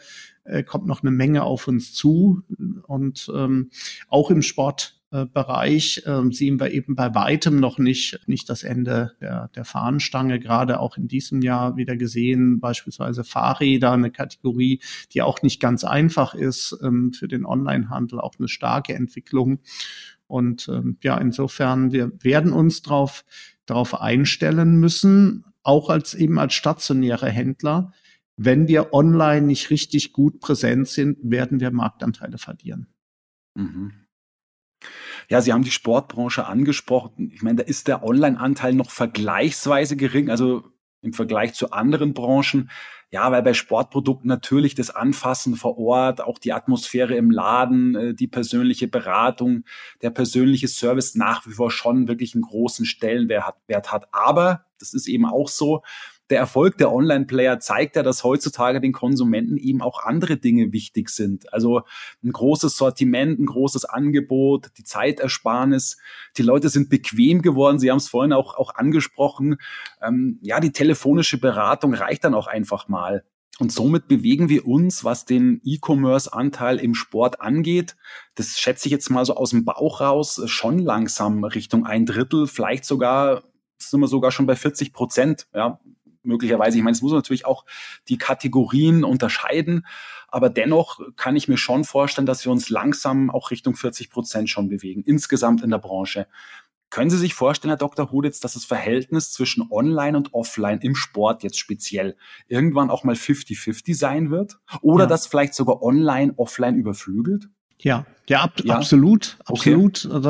S1: auf uns zu. Und auch im Sportbereich sehen wir eben bei weitem noch nicht das Ende der Fahnenstange. Gerade auch in diesem Jahr wieder gesehen, beispielsweise Fahrräder, eine Kategorie, die auch nicht ganz einfach ist, für den Onlinehandel auch eine starke Entwicklung. Und insofern, wir werden uns darauf einstellen müssen, auch als stationäre Händler. Wenn wir online nicht richtig gut präsent sind, werden wir Marktanteile verlieren.
S2: Mhm. Ja, Sie haben die Sportbranche angesprochen. Ich meine, da ist der Online-Anteil noch vergleichsweise gering, also im Vergleich zu anderen Branchen. Ja, weil bei Sportprodukten natürlich das Anfassen vor Ort, auch die Atmosphäre im Laden, die persönliche Beratung, der persönliche Service nach wie vor schon wirklich einen großen Stellenwert hat. Aber das ist eben auch so, der Erfolg der Online-Player zeigt ja, dass heutzutage den Konsumenten eben auch andere Dinge wichtig sind. Also ein großes Sortiment, ein großes Angebot, die Zeitersparnis. Die Leute sind bequem geworden. Sie haben es vorhin auch angesprochen. Die telefonische Beratung reicht dann auch einfach mal. Und somit bewegen wir uns, was den E-Commerce-Anteil im Sport angeht, das schätze ich jetzt mal so aus dem Bauch raus, schon langsam Richtung 1/3, vielleicht sind wir sogar schon bei 40%, ja. Möglicherweise, ich meine, es muss natürlich auch die Kategorien unterscheiden, aber dennoch kann ich mir schon vorstellen, dass wir uns langsam auch Richtung 40% schon bewegen, insgesamt in der Branche. Können Sie sich vorstellen, Herr Dr. Huditz, dass das Verhältnis zwischen Online und Offline im Sport jetzt speziell irgendwann auch mal 50-50 sein wird? Oder dass vielleicht sogar Online, Offline überflügelt?
S1: Ja, absolut.
S2: Okay.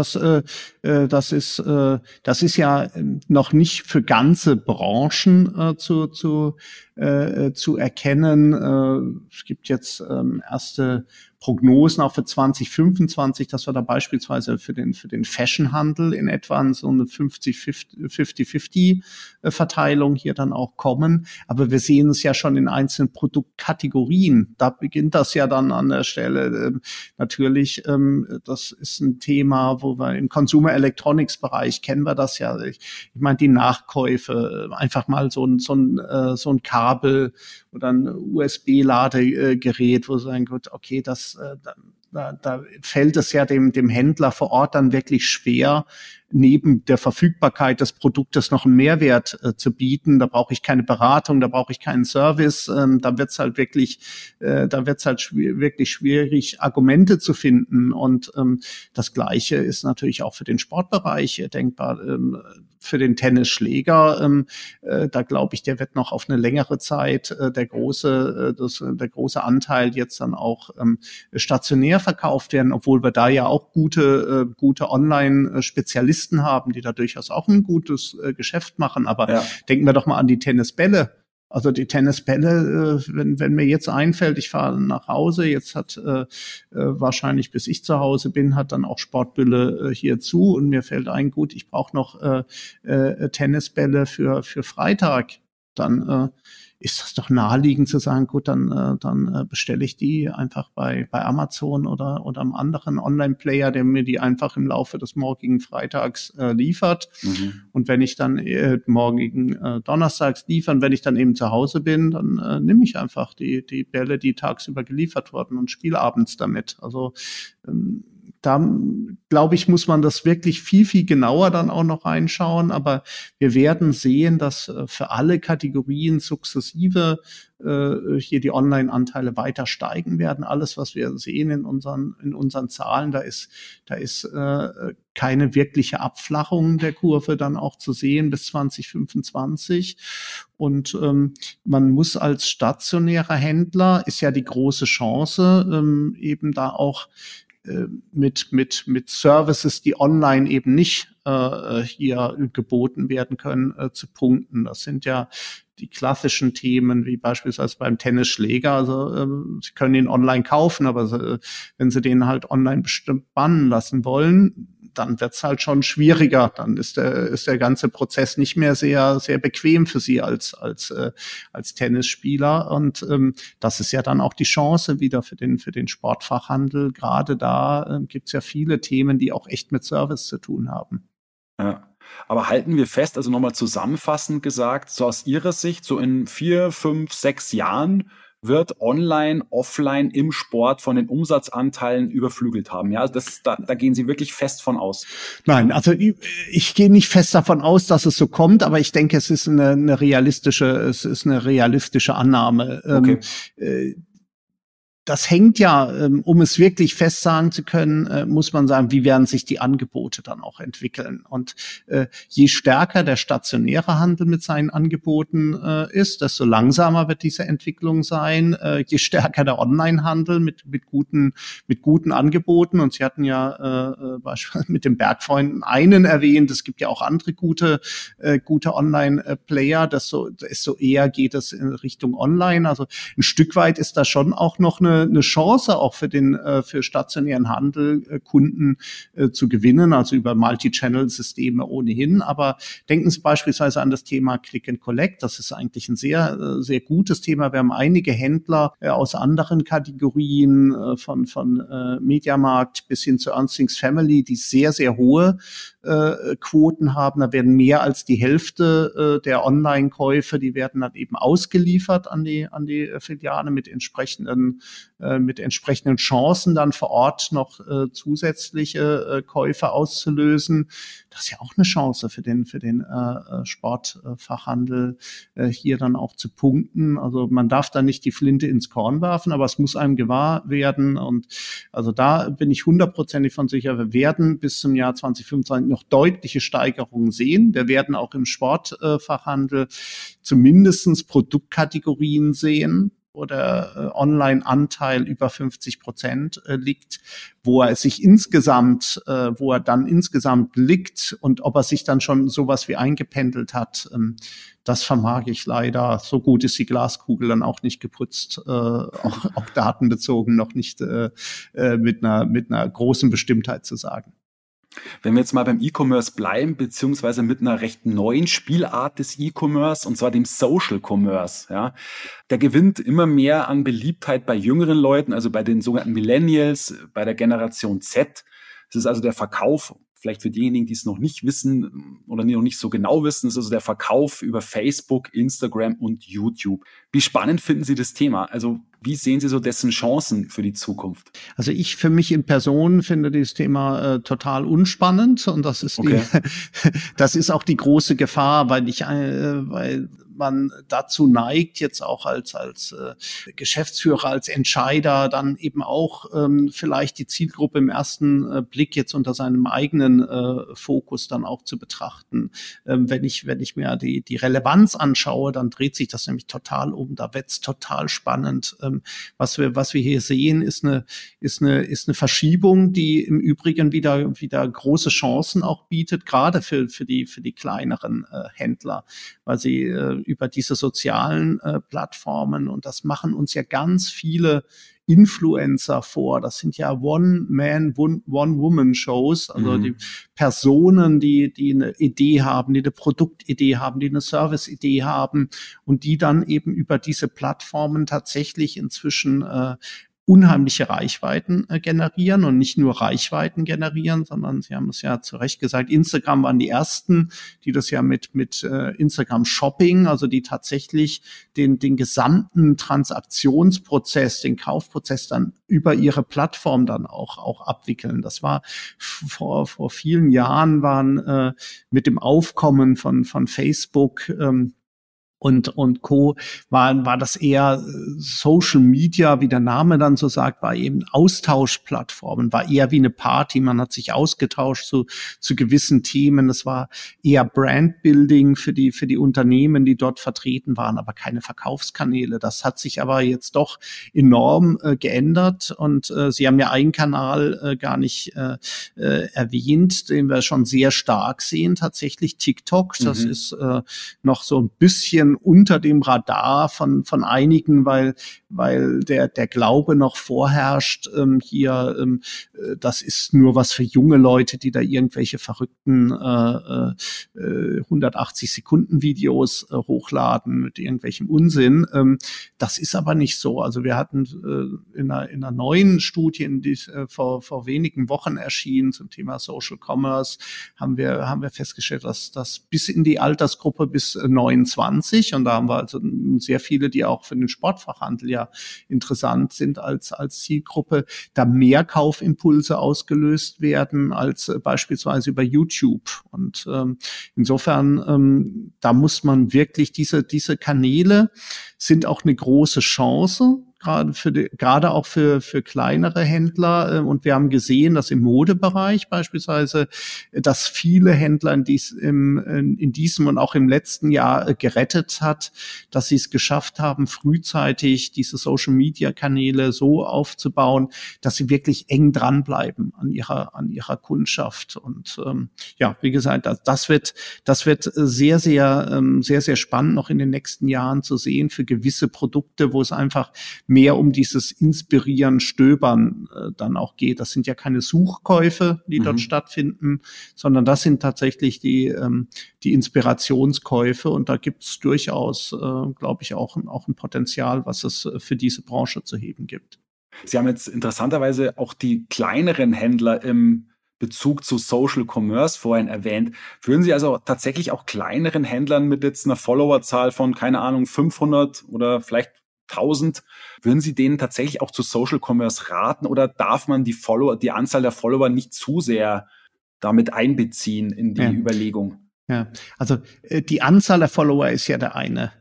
S1: Das ist ja noch nicht für ganze Branchen zu erkennen. Es gibt jetzt erste Prognosen auch für 2025, dass wir da beispielsweise für den Fashionhandel in etwa so eine 50-50 Verteilung hier dann auch kommen. Aber wir sehen es ja schon in einzelnen Produktkategorien. Da beginnt das ja dann an der Stelle natürlich. Das ist ein Thema, wo wir im Consumer Electronics Bereich kennen wir das ja. Ich meine, die Nachkäufe, einfach mal so ein Kabel oder ein USB-Ladegerät, wo sie sagen, gut, okay, da fällt es ja dem Händler vor Ort dann wirklich schwer, neben der Verfügbarkeit des Produktes noch einen Mehrwert zu bieten. Da brauche ich keine Beratung, da brauche ich keinen Service. Da wird's halt wirklich schwierig, Argumente zu finden. Und das Gleiche ist natürlich auch für den Sportbereich denkbar. Für den Tennisschläger, da glaube ich, der wird noch auf eine längere Zeit der große Anteil jetzt dann auch stationär verkauft werden, obwohl wir da ja auch gute Online-Spezialisten haben, die da durchaus auch ein gutes Geschäft machen. Aber denken wir doch mal an die Tennisbälle. Also die Tennisbälle, wenn mir jetzt einfällt, ich fahre nach Hause, jetzt hat wahrscheinlich, bis ich zu Hause bin, hat dann auch Sportbülle hier zu und mir fällt ein, gut, ich brauche noch Tennisbälle für Freitag. Dann ist das doch naheliegend zu sagen, gut, dann bestelle ich die einfach bei Amazon oder einem anderen Online-Player, der mir die einfach im Laufe des morgigen Freitags liefert. Mhm. Und wenn ich dann morgigen Donnerstags liefern, wenn ich dann eben zu Hause bin, dann nehme ich einfach die Bälle, die tagsüber geliefert wurden und spiele abends damit. Also da, glaube ich, muss man das wirklich viel, viel genauer dann auch noch reinschauen. Aber wir werden sehen, dass für alle Kategorien sukzessive hier die Online-Anteile weiter steigen werden. Alles, was wir sehen in unseren Zahlen, da ist keine wirkliche Abflachung der Kurve dann auch zu sehen bis 2025. Und man muss als stationärer Händler, ist ja die große Chance, eben da auch mit Services, die online eben nicht hier geboten werden können, zu punkten. Das sind ja die klassischen Themen, wie beispielsweise beim Tennisschläger. Also Sie können ihn online kaufen, aber wenn Sie den halt online bestimmt bannen lassen wollen, dann wird's halt schon schwieriger. Dann ist der ganze Prozess nicht mehr sehr, sehr bequem für sie als Tennisspieler. Und das ist ja dann auch die Chance wieder für den Sportfachhandel. Gerade da gibt's ja viele Themen, die auch echt mit Service zu tun haben.
S2: Ja. Aber halten wir fest, also nochmal zusammenfassend gesagt, so aus Ihrer Sicht, so in 4, 5, 6 Jahren wird online, offline im Sport von den Umsatzanteilen überflügelt haben. Ja, also da gehen Sie wirklich fest von aus.
S1: Nein, also ich gehe nicht fest davon aus, dass es so kommt, aber ich denke, es ist eine realistische Annahme.
S2: Okay.
S1: Das hängt ja, um es wirklich fest sagen zu können, muss man sagen, wie werden sich die Angebote dann auch entwickeln. Und je stärker der stationäre Handel mit seinen Angeboten ist, desto langsamer wird diese Entwicklung sein. Je stärker der Online-Handel mit guten Angeboten. Und Sie hatten ja beispielsweise mit den Bergfreunden einen erwähnt. Es gibt ja auch andere gute Online-Player. Desto eher geht es in Richtung Online. Also ein Stück weit ist da schon auch noch eine Chance auch für stationären Handel Kunden zu gewinnen, also über Multi-Channel-Systeme ohnehin. Aber denken Sie beispielsweise an das Thema Click and Collect. Das ist eigentlich ein sehr, sehr gutes Thema. Wir haben einige Händler aus anderen Kategorien, von Mediamarkt bis hin zu Ernst Family, die sehr, sehr hohe Quoten haben. Da werden mehr als die Hälfte der Online-Käufe, die werden dann eben ausgeliefert an die Filiale mit entsprechenden Chancen, dann vor Ort noch zusätzliche Käufe auszulösen. Das ist ja auch eine Chance für den Sportfachhandel, hier dann auch zu punkten. Also man darf da nicht die Flinte ins Korn werfen, aber es muss einem gewahr werden. Und also da bin ich 100%ig von sicher, wir werden bis zum Jahr 2025 noch deutliche Steigerungen sehen. Wir werden auch im Sportfachhandel zumindestens Produktkategorien sehen, wo der Online-Anteil über 50% liegt, wo er dann insgesamt liegt und ob er sich dann schon sowas wie eingependelt hat, das vermag ich leider. So gut ist die Glaskugel dann auch nicht geputzt, auch datenbezogen noch nicht mit einer großen Bestimmtheit zu sagen.
S2: Wenn wir jetzt mal beim E-Commerce bleiben, beziehungsweise mit einer recht neuen Spielart des E-Commerce, und zwar dem Social Commerce, ja, der gewinnt immer mehr an Beliebtheit bei jüngeren Leuten, also bei den sogenannten Millennials, bei der Generation Z. Es ist also der Verkauf, vielleicht für diejenigen, die es noch nicht wissen oder noch nicht so genau wissen, ist also der Verkauf über Facebook, Instagram und YouTube. Wie spannend finden Sie das Thema? Also wie sehen Sie so dessen Chancen für die Zukunft?
S1: Also ich für mich in Person finde dieses Thema total unspannend und das ist das ist auch die große Gefahr, weil man dazu neigt, jetzt auch als Geschäftsführer, als Entscheider dann eben auch vielleicht die Zielgruppe im ersten Blick jetzt unter seinem eigenen Fokus dann auch zu betrachten. Wenn ich mir die Relevanz anschaue, dann dreht sich das nämlich total um. Da wird's total spannend. Was wir hier sehen, ist eine Verschiebung, die im Übrigen wieder große Chancen auch bietet, gerade für die kleineren Händler, weil sie über diese sozialen Plattformen, und das machen uns ja ganz viele Influencer vor. Das sind ja One-Man, One-Woman-Shows, also die Personen, die eine Idee haben, die eine Produktidee haben, die eine Serviceidee haben und die dann eben über diese Plattformen tatsächlich inzwischen unheimliche Reichweiten generieren und nicht nur Reichweiten generieren, sondern Sie haben es ja zu Recht gesagt, Instagram waren die ersten, die das ja mit Instagram Shopping, also die tatsächlich den gesamten Transaktionsprozess, den Kaufprozess dann über ihre Plattform dann auch abwickeln. Das war vor vielen Jahren waren mit dem Aufkommen von Facebook und Co. war das eher Social Media, wie der Name dann so sagt, war eben Austauschplattformen, war eher wie eine Party, man hat sich ausgetauscht zu gewissen Themen, es war eher Brandbuilding für die Unternehmen, die dort vertreten waren, aber keine Verkaufskanäle. Das hat sich aber jetzt doch enorm geändert und Sie haben ja einen Kanal gar nicht erwähnt, den wir schon sehr stark sehen, tatsächlich TikTok, das ist noch so ein bisschen bisschen unter dem Radar von einigen, weil der Glaube noch vorherrscht, das ist nur was für junge Leute, die da irgendwelche verrückten 180-Sekunden-Videos hochladen mit irgendwelchem Unsinn. Das ist aber nicht so. Also wir hatten in einer neuen Studie, die vor wenigen Wochen erschien zum Thema Social Commerce, haben wir festgestellt, dass das bis in die Altersgruppe bis 29, und da haben wir also sehr viele, die auch für den Sportfachhandel ja interessant sind als Zielgruppe, da mehr Kaufimpulse ausgelöst werden als beispielsweise über YouTube. Und insofern, da muss man wirklich diese Kanäle sind auch eine große Chance, gerade auch für kleinere Händler. Und wir haben gesehen, dass im Modebereich beispielsweise, dass viele Händler in diesem und auch im letzten Jahr gerettet hat, dass sie es geschafft haben, frühzeitig diese Social-Media-Kanäle so aufzubauen, dass sie wirklich eng dranbleiben an ihrer Kundschaft. Und wie gesagt, das wird sehr, sehr spannend noch in den nächsten Jahren zu sehen für gewisse Produkte, wo es einfach mehr um dieses Inspirieren, Stöbern dann auch geht. Das sind ja keine Suchkäufe, die dort stattfinden, sondern das sind tatsächlich die Inspirationskäufe. Und da gibt es durchaus, glaube ich, auch ein Potenzial, was es für diese Branche zu heben gibt.
S2: Sie haben jetzt interessanterweise auch die kleineren Händler im Bezug zu Social Commerce vorhin erwähnt. Würden Sie also tatsächlich auch kleineren Händlern mit jetzt einer Followerzahl von, keine Ahnung, 500 oder vielleicht 1000, würden Sie denen tatsächlich auch zu Social Commerce raten, oder darf man die Anzahl der Follower nicht zu sehr damit einbeziehen in die Überlegung?
S1: Ja, also die Anzahl der Follower ist ja der eine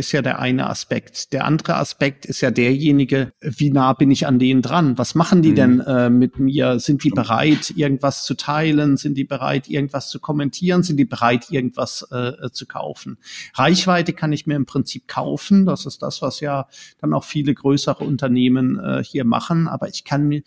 S1: Aspekt. Der andere Aspekt ist ja derjenige, wie nah bin ich an denen dran? Was machen die denn mit mir? Sind die bereit, irgendwas zu teilen? Sind die bereit, irgendwas zu kommentieren? Sind die bereit, irgendwas zu kaufen? Reichweite kann ich mir im Prinzip kaufen. Das ist das, was ja dann auch viele größere Unternehmen hier machen. Aber ich kann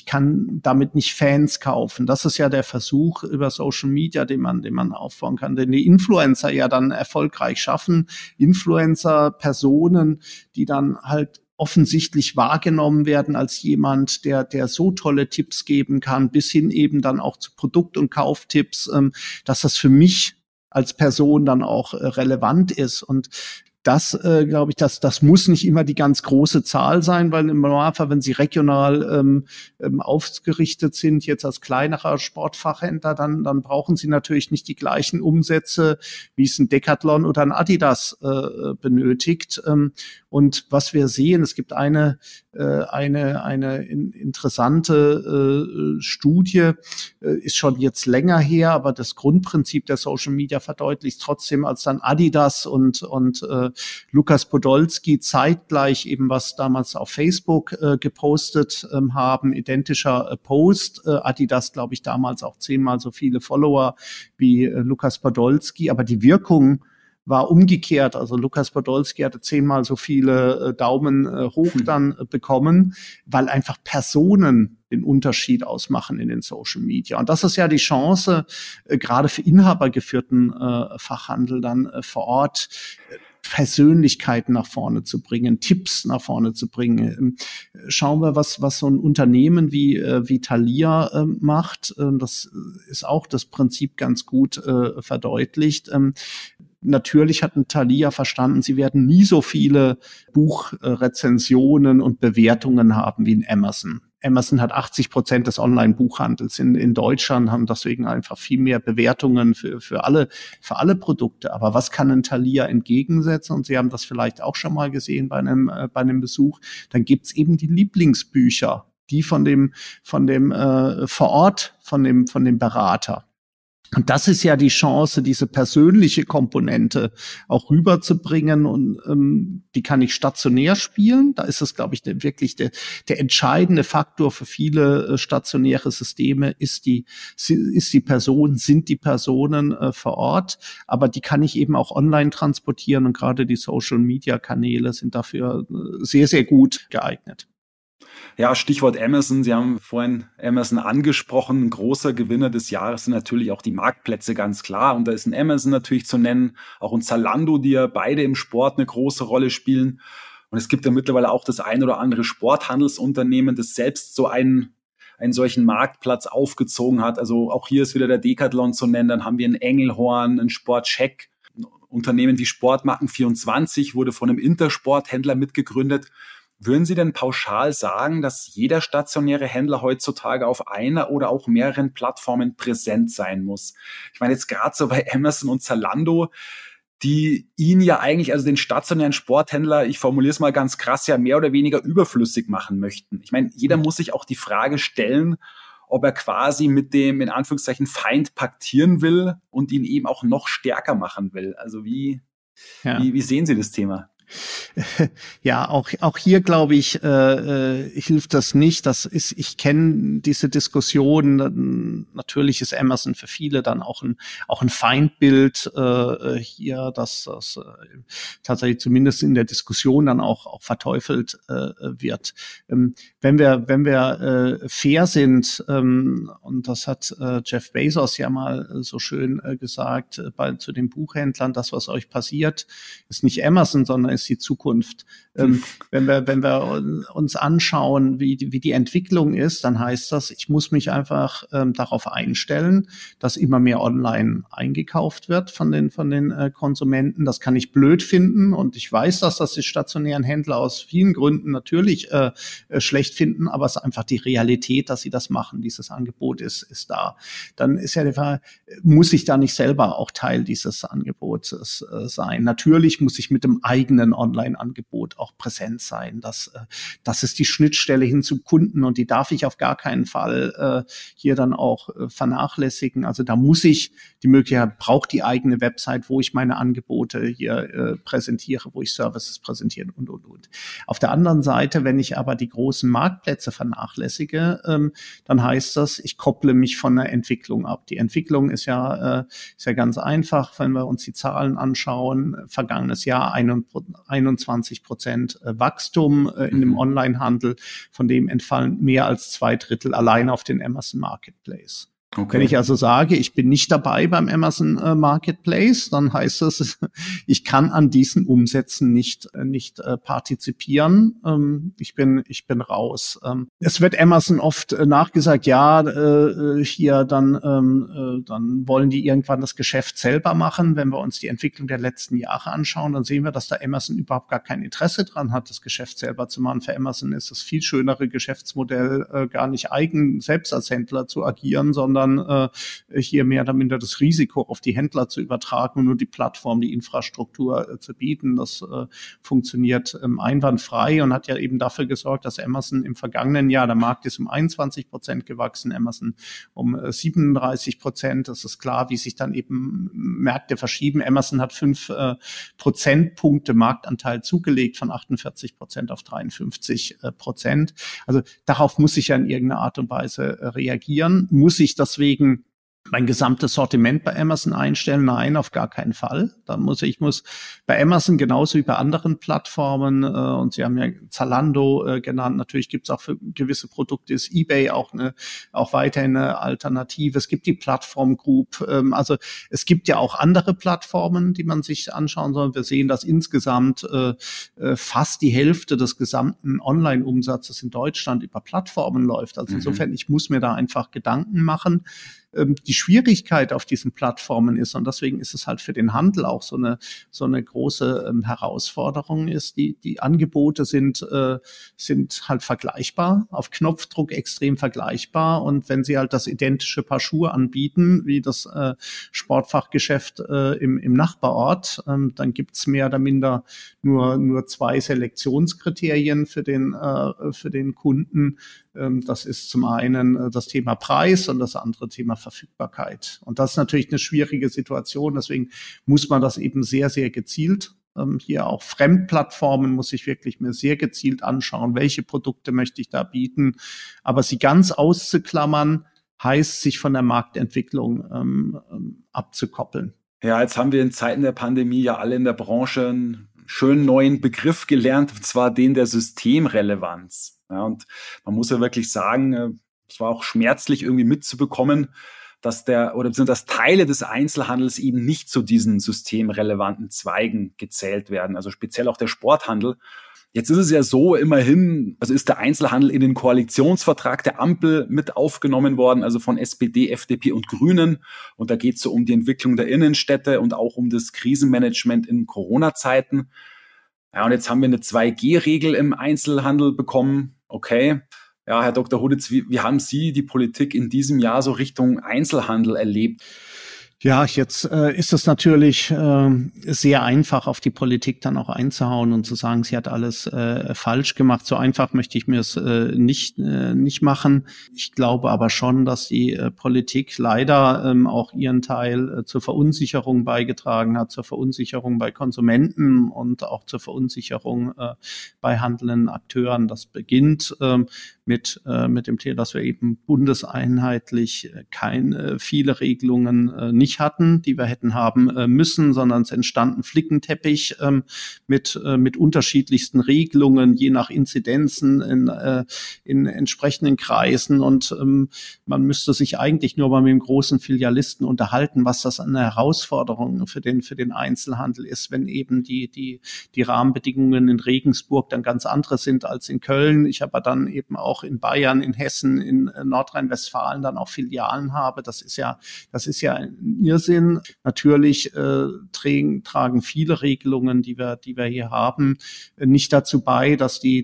S1: damit nicht Fans kaufen. Das ist ja der Versuch über Social Media, den man aufbauen kann, denn die Influencer ja dann erfolgreich schaffen. Influencer, Personen, die dann halt offensichtlich wahrgenommen werden als jemand, der so tolle Tipps geben kann, bis hin eben dann auch zu Produkt- und Kauftipps, dass das für mich als Person dann auch relevant ist. Und das, glaube ich, das muss nicht immer die ganz große Zahl sein, weil im Normalfall, wenn Sie regional aufgerichtet sind, jetzt als kleinerer Sportfachhändler, dann brauchen Sie natürlich nicht die gleichen Umsätze, wie es ein Decathlon oder ein Adidas benötigt. Und was wir sehen, es gibt eine interessante Studie, ist schon jetzt länger her, aber das Grundprinzip der Social Media verdeutlicht trotzdem, als dann Adidas und Lukas Podolski zeitgleich eben was damals auf Facebook gepostet haben, identischer Post. Adidas, glaube ich, damals auch 10-mal so viele Follower wie Lukas Podolski, aber die Wirkung war umgekehrt. Also Lukas Podolski hatte 10-mal so viele Daumen hoch dann bekommen, weil einfach Personen den Unterschied ausmachen in den Social Media. Und das ist ja die Chance, gerade für inhabergeführten Fachhandel dann vor Ort Persönlichkeiten nach vorne zu bringen, Tipps nach vorne zu bringen. Schauen wir, was so ein Unternehmen wie Thalia macht. Das ist auch das Prinzip ganz gut verdeutlicht. Natürlich hat Thalia verstanden, sie werden nie so viele Buchrezensionen und Bewertungen haben wie in Amazon. Amazon hat 80% des Online-Buchhandels in Deutschland, haben deswegen einfach viel mehr Bewertungen für alle Produkte. Aber was kann ein Thalia entgegensetzen? Und Sie haben das vielleicht auch schon mal gesehen bei einem Besuch. Dann gibt's eben die Lieblingsbücher, die von dem vor Ort, von dem Berater. Und das ist ja die Chance, diese persönliche Komponente auch rüberzubringen, und die kann ich stationär spielen. Da ist es, glaube ich, wirklich der entscheidende Faktor für viele stationäre Systeme sind die Personen vor Ort, aber die kann ich eben auch online transportieren, und gerade die Social-Media-Kanäle sind dafür sehr, sehr gut geeignet.
S2: Ja, Stichwort Amazon. Sie haben vorhin Amazon angesprochen. Ein großer Gewinner des Jahres sind natürlich auch die Marktplätze, ganz klar. Und da ist ein Amazon natürlich zu nennen, auch ein Zalando, die ja beide im Sport eine große Rolle spielen. Und es gibt ja mittlerweile auch das ein oder andere Sporthandelsunternehmen, das selbst so einen solchen Marktplatz aufgezogen hat. Also auch hier ist wieder der Decathlon zu nennen. Dann haben wir ein Engelhorn, ein Sportcheck. Unternehmen wie Sportmarken24 wurde von einem Intersporthändler mitgegründet. Würden Sie denn pauschal sagen, dass jeder stationäre Händler heutzutage auf einer oder auch mehreren Plattformen präsent sein muss? Ich meine jetzt gerade so bei Amazon und Zalando, die ihn ja eigentlich, also den stationären Sporthändler, ich formuliere es mal ganz krass, ja mehr oder weniger überflüssig machen möchten. Ich meine, jeder muss sich auch die Frage stellen, ob er quasi mit dem, in Anführungszeichen, Feind paktieren will und ihn eben auch noch stärker machen will. Also wie sehen Sie das Thema?
S1: Ja, auch hier glaube ich, hilft das nicht. Ich kenne diese Diskussion. Natürlich ist Amazon für viele dann auch ein Feindbild hier, dass das tatsächlich zumindest in der Diskussion dann auch verteufelt wird. Wenn wir fair sind, und das hat Jeff Bezos ja mal so schön gesagt zu den Buchhändlern, das, was euch passiert, ist nicht Amazon, sondern ist die Zukunft. Wenn wir uns anschauen, wie die Entwicklung ist, dann heißt das, ich muss mich einfach darauf einstellen, dass immer mehr online eingekauft wird von den Konsumenten. Das kann ich blöd finden und ich weiß, dass das die stationären Händler aus vielen Gründen natürlich schlecht finden, aber es ist einfach die Realität, dass sie das machen. Dieses Angebot ist da. Dann ist ja die Frage, muss ich da nicht selber auch Teil dieses Angebots sein? Natürlich muss ich mit dem eigenen Online-Angebot auch präsent sein. Das ist die Schnittstelle hin zum Kunden und die darf ich auf gar keinen Fall hier dann auch vernachlässigen. Also da muss ich die Möglichkeit, brauche die eigene Website, wo ich meine Angebote hier präsentiere, wo ich Services präsentiere und. Auf der anderen Seite, wenn ich aber die großen Marktplätze vernachlässige, dann heißt das, ich kopple mich von der Entwicklung ab. Die Entwicklung ist ja ganz einfach, wenn wir uns die Zahlen anschauen. Vergangenes Jahr 21% Wachstum in dem Onlinehandel, von dem entfallen mehr als 2/3 allein auf den Amazon Marketplace. Okay. Wenn ich also sage, ich bin nicht dabei beim Amazon Marketplace, dann heißt das, ich kann an diesen Umsätzen nicht partizipieren. Ich bin raus. Es wird Amazon oft nachgesagt, ja, hier dann wollen die irgendwann das Geschäft selber machen. Wenn wir uns die Entwicklung der letzten Jahre anschauen, dann sehen wir, dass da Amazon überhaupt gar kein Interesse dran hat, das Geschäft selber zu machen. Für Amazon ist das viel schönere Geschäftsmodell, gar nicht selbst als Händler zu agieren, sondern hier mehr oder minder das Risiko auf die Händler zu übertragen und nur die Plattform, die Infrastruktur zu bieten. Das funktioniert einwandfrei und hat ja eben dafür gesorgt, dass Amazon im vergangenen Jahr, der Markt ist um 21% gewachsen, Amazon um 37%. Das ist klar, wie sich dann eben Märkte verschieben. Amazon hat 5 Prozentpunkte Marktanteil zugelegt von 48% auf 53%. Also darauf muss ich ja in irgendeiner Art und Weise reagieren. Muss ich deswegen mein gesamtes Sortiment bei Amazon einstellen? Nein, auf gar keinen Fall. Ich muss bei Amazon genauso wie bei anderen Plattformen, und Sie haben ja Zalando genannt, natürlich gibt es auch für gewisse Produkte, ist eBay auch weiterhin eine Alternative. Es gibt die Plattform Group. Also es gibt ja auch andere Plattformen, die man sich anschauen soll. Wir sehen, dass insgesamt fast die Hälfte des gesamten Online-Umsatzes in Deutschland über Plattformen läuft. Also insofern, ich muss mir da einfach Gedanken machen. Die Schwierigkeit auf diesen Plattformen ist, und deswegen ist es halt für den Handel auch so eine große Herausforderung ist, die Angebote sind halt vergleichbar, auf Knopfdruck extrem vergleichbar, und wenn Sie halt das identische Paar Schuhe anbieten, wie das Sportfachgeschäft im Nachbarort, dann gibt's mehr oder minder nur 2 Selektionskriterien für den Kunden. Das ist zum einen das Thema Preis und das andere Thema Verfügbarkeit. Und das ist natürlich eine schwierige Situation. Deswegen muss man das eben sehr, sehr gezielt hier auch Fremdplattformen muss ich wirklich mir sehr gezielt anschauen, welche Produkte möchte ich da bieten. Aber sie ganz auszuklammern, heißt, sich von der Marktentwicklung abzukoppeln.
S2: Ja, jetzt haben wir in Zeiten der Pandemie ja alle in der Branche schönen neuen Begriff gelernt, und zwar den der Systemrelevanz. Ja, und man muss ja wirklich sagen, es war auch schmerzlich irgendwie mitzubekommen, dass Teile des Einzelhandels eben nicht zu diesen systemrelevanten Zweigen gezählt werden, also speziell auch der Sporthandel. Jetzt ist es ja so, immerhin, also ist der Einzelhandel in den Koalitionsvertrag der Ampel mit aufgenommen worden, also von SPD, FDP und Grünen. Und da geht es so um die Entwicklung der Innenstädte und auch um das Krisenmanagement in Corona-Zeiten. Ja, und jetzt haben wir eine 2G-Regel im Einzelhandel bekommen. Okay. Ja, Herr Dr. Huditz, wie haben Sie die Politik in diesem Jahr so Richtung Einzelhandel erlebt?
S1: Ja, jetzt ist es natürlich sehr einfach, auf die Politik dann auch einzuhauen und zu sagen, sie hat alles falsch gemacht. So einfach möchte ich mir es nicht machen. Ich glaube aber schon, dass die Politik leider auch ihren Teil zur Verunsicherung beigetragen hat, zur Verunsicherung bei Konsumenten und auch zur Verunsicherung bei handelnden Akteuren. Das beginnt mit dem Thema, dass wir eben bundeseinheitlich viele Regelungen nicht hatten, die wir hätten haben müssen, sondern es entstanden Flickenteppich mit unterschiedlichsten Regelungen, je nach Inzidenzen in entsprechenden Kreisen, und man müsste sich eigentlich nur mal mit dem großen Filialisten unterhalten, was das eine Herausforderung für den Einzelhandel ist, wenn eben die Rahmenbedingungen in Regensburg dann ganz andere sind als in Köln. Ich habe dann eben auch in Bayern, in Hessen, in Nordrhein-Westfalen dann auch Filialen habe. Das ist ja ein Irrsinn. Natürlich tragen viele Regelungen, die wir hier haben, nicht dazu bei, dass die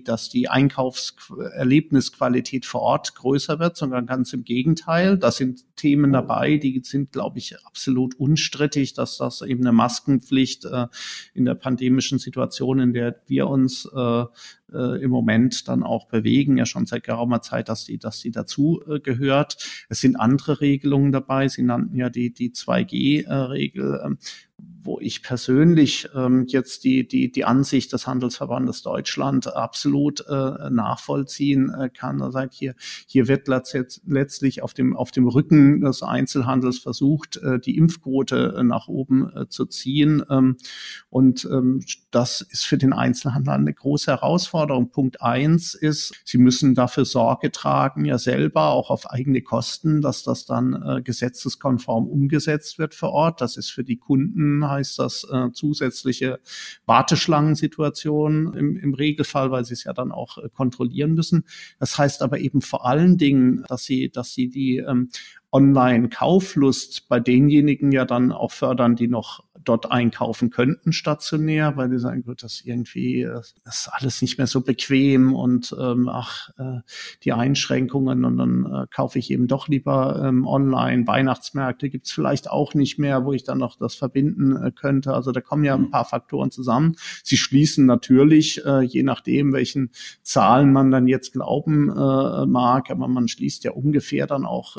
S1: Einkaufserlebnisqualität vor Ort größer wird, sondern ganz im Gegenteil. Da sind Themen dabei, die sind, glaube ich, absolut unstrittig, dass das eben eine Maskenpflicht in der pandemischen Situation, in der wir uns im Moment dann auch bewegen, ja schon seit geraumer Zeit, dass die dazu gehört. Es sind andere Regelungen dabei. Sie nannten ja die 2G-Regel, wo ich persönlich jetzt die Ansicht des Handelsverbandes Deutschland absolut nachvollziehen kann. Er sagt, hier wird letztlich auf dem Rücken des Einzelhandels versucht, die Impfquote nach oben zu ziehen. Und das ist für den Einzelhandel eine große Herausforderung. Punkt 1 ist, sie müssen dafür Sorge tragen, ja selber auch auf eigene Kosten, dass das dann gesetzeskonform umgesetzt wird vor Ort. Das ist für die Kunden, heißt das zusätzliche Warteschlangensituationen im Regelfall, weil sie es ja dann auch kontrollieren müssen. Das heißt aber eben vor allen Dingen, dass sie die Online-Kauflust bei denjenigen ja dann auch fördern, die noch dort einkaufen könnten stationär, weil die sagen, gut, das ist alles nicht mehr so bequem und die Einschränkungen, und dann kaufe ich eben doch lieber online. Weihnachtsmärkte gibt's vielleicht auch nicht mehr, wo ich dann noch das verbinden könnte. Also da kommen ja ein paar Faktoren zusammen. Sie schließen natürlich, je nachdem, welchen Zahlen man dann jetzt glauben mag, aber man schließt ja ungefähr dann auch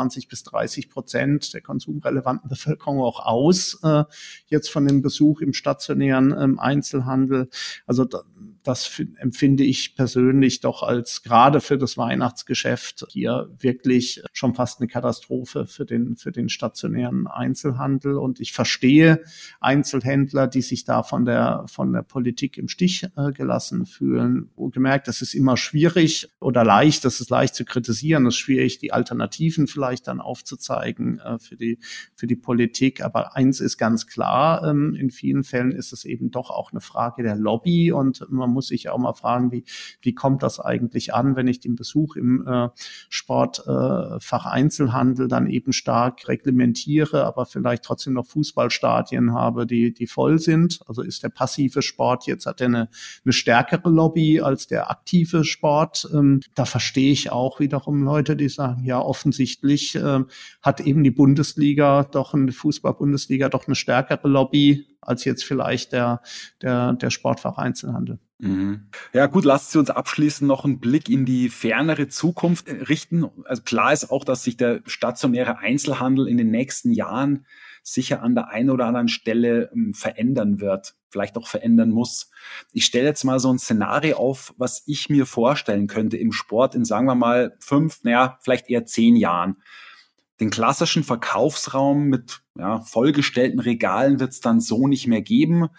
S1: 25-30% der konsumrelevanten Bevölkerung auch aus, jetzt von dem Besuch im stationären Einzelhandel. Also das empfinde ich persönlich doch als gerade für das Weihnachtsgeschäft hier wirklich schon fast eine Katastrophe für den stationären Einzelhandel. Und ich verstehe Einzelhändler, die sich da von der Politik im Stich gelassen fühlen. Wohlgemerkt, das ist immer schwierig oder leicht, das ist leicht zu kritisieren, es ist schwierig, die Alternativen vielleicht dann aufzuzeigen für die Politik. Aber eins ist ganz klar, in vielen Fällen ist es eben doch auch eine Frage der Lobby, und man muss sich auch mal fragen, wie kommt das eigentlich an, wenn ich den Besuch im Sportfach Einzelhandel dann eben stark reglementiere, aber vielleicht trotzdem noch Fußballstadien habe, die voll sind. Also ist der passive Sport jetzt, hat er eine stärkere Lobby als der aktive Sport. Da verstehe ich auch wiederum Leute, die sagen, ja, offensichtlich hat eben die Fußball-Bundesliga doch eine stärkere Lobby als jetzt vielleicht der Sportfach Einzelhandel.
S2: Ja gut, lasst Sie uns abschließend noch einen Blick in die fernere Zukunft richten. Also klar ist auch, dass sich der stationäre Einzelhandel in den nächsten Jahren sicher an der einen oder anderen Stelle verändern wird, vielleicht auch verändern muss. Ich stelle jetzt mal so ein Szenario auf, was ich mir vorstellen könnte im Sport in, sagen wir mal, 5, vielleicht eher 10 Jahren. Den klassischen Verkaufsraum mit vollgestellten Regalen wird es dann so nicht mehr geben.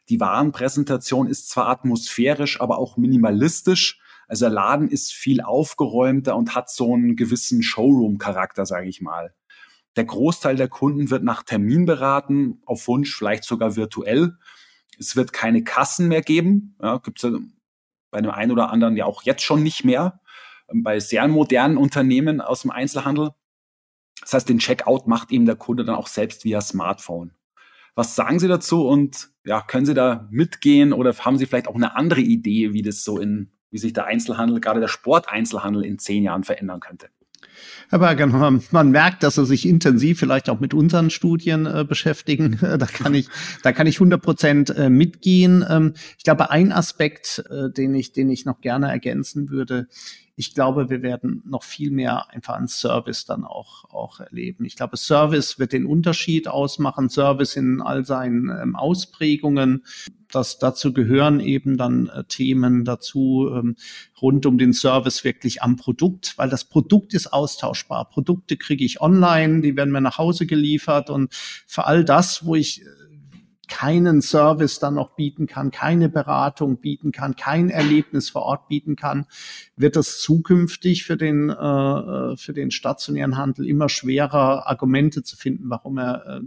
S2: Die Warenpräsentation ist zwar atmosphärisch, aber auch minimalistisch. Also der Laden ist viel aufgeräumter und hat so einen gewissen Showroom-Charakter, sage ich mal. Der Großteil der Kunden wird nach Termin beraten, auf Wunsch, vielleicht sogar virtuell. Es wird keine Kassen mehr geben. Ja, gibt es ja bei dem einen oder anderen ja auch jetzt schon nicht mehr. Bei sehr modernen Unternehmen aus dem Einzelhandel. Das heißt, den Checkout macht eben der Kunde dann auch selbst via Smartphone. Was sagen Sie dazu und ja, können Sie da mitgehen oder haben Sie vielleicht auch eine andere Idee, wie sich der Einzelhandel, gerade der Sporteinzelhandel in 10 Jahren verändern könnte?
S1: Herr Berger, man merkt, dass Sie sich intensiv vielleicht auch mit unseren Studien beschäftigen. Da kann ich 100% mitgehen. Ich glaube, ein Aspekt, den ich noch gerne ergänzen würde, ich glaube, wir werden noch viel mehr einfach an Service dann auch erleben. Ich glaube, Service wird den Unterschied ausmachen, Service in all seinen Ausprägungen. Dazu gehören eben dann Themen dazu rund um den Service wirklich am Produkt, weil das Produkt ist austauschbar. Produkte kriege ich online, die werden mir nach Hause geliefert und für all das, wo ich keinen Service dann noch bieten kann, keine Beratung bieten kann, kein Erlebnis vor Ort bieten kann, wird es zukünftig für den stationären Handel immer schwerer, Argumente zu finden, warum er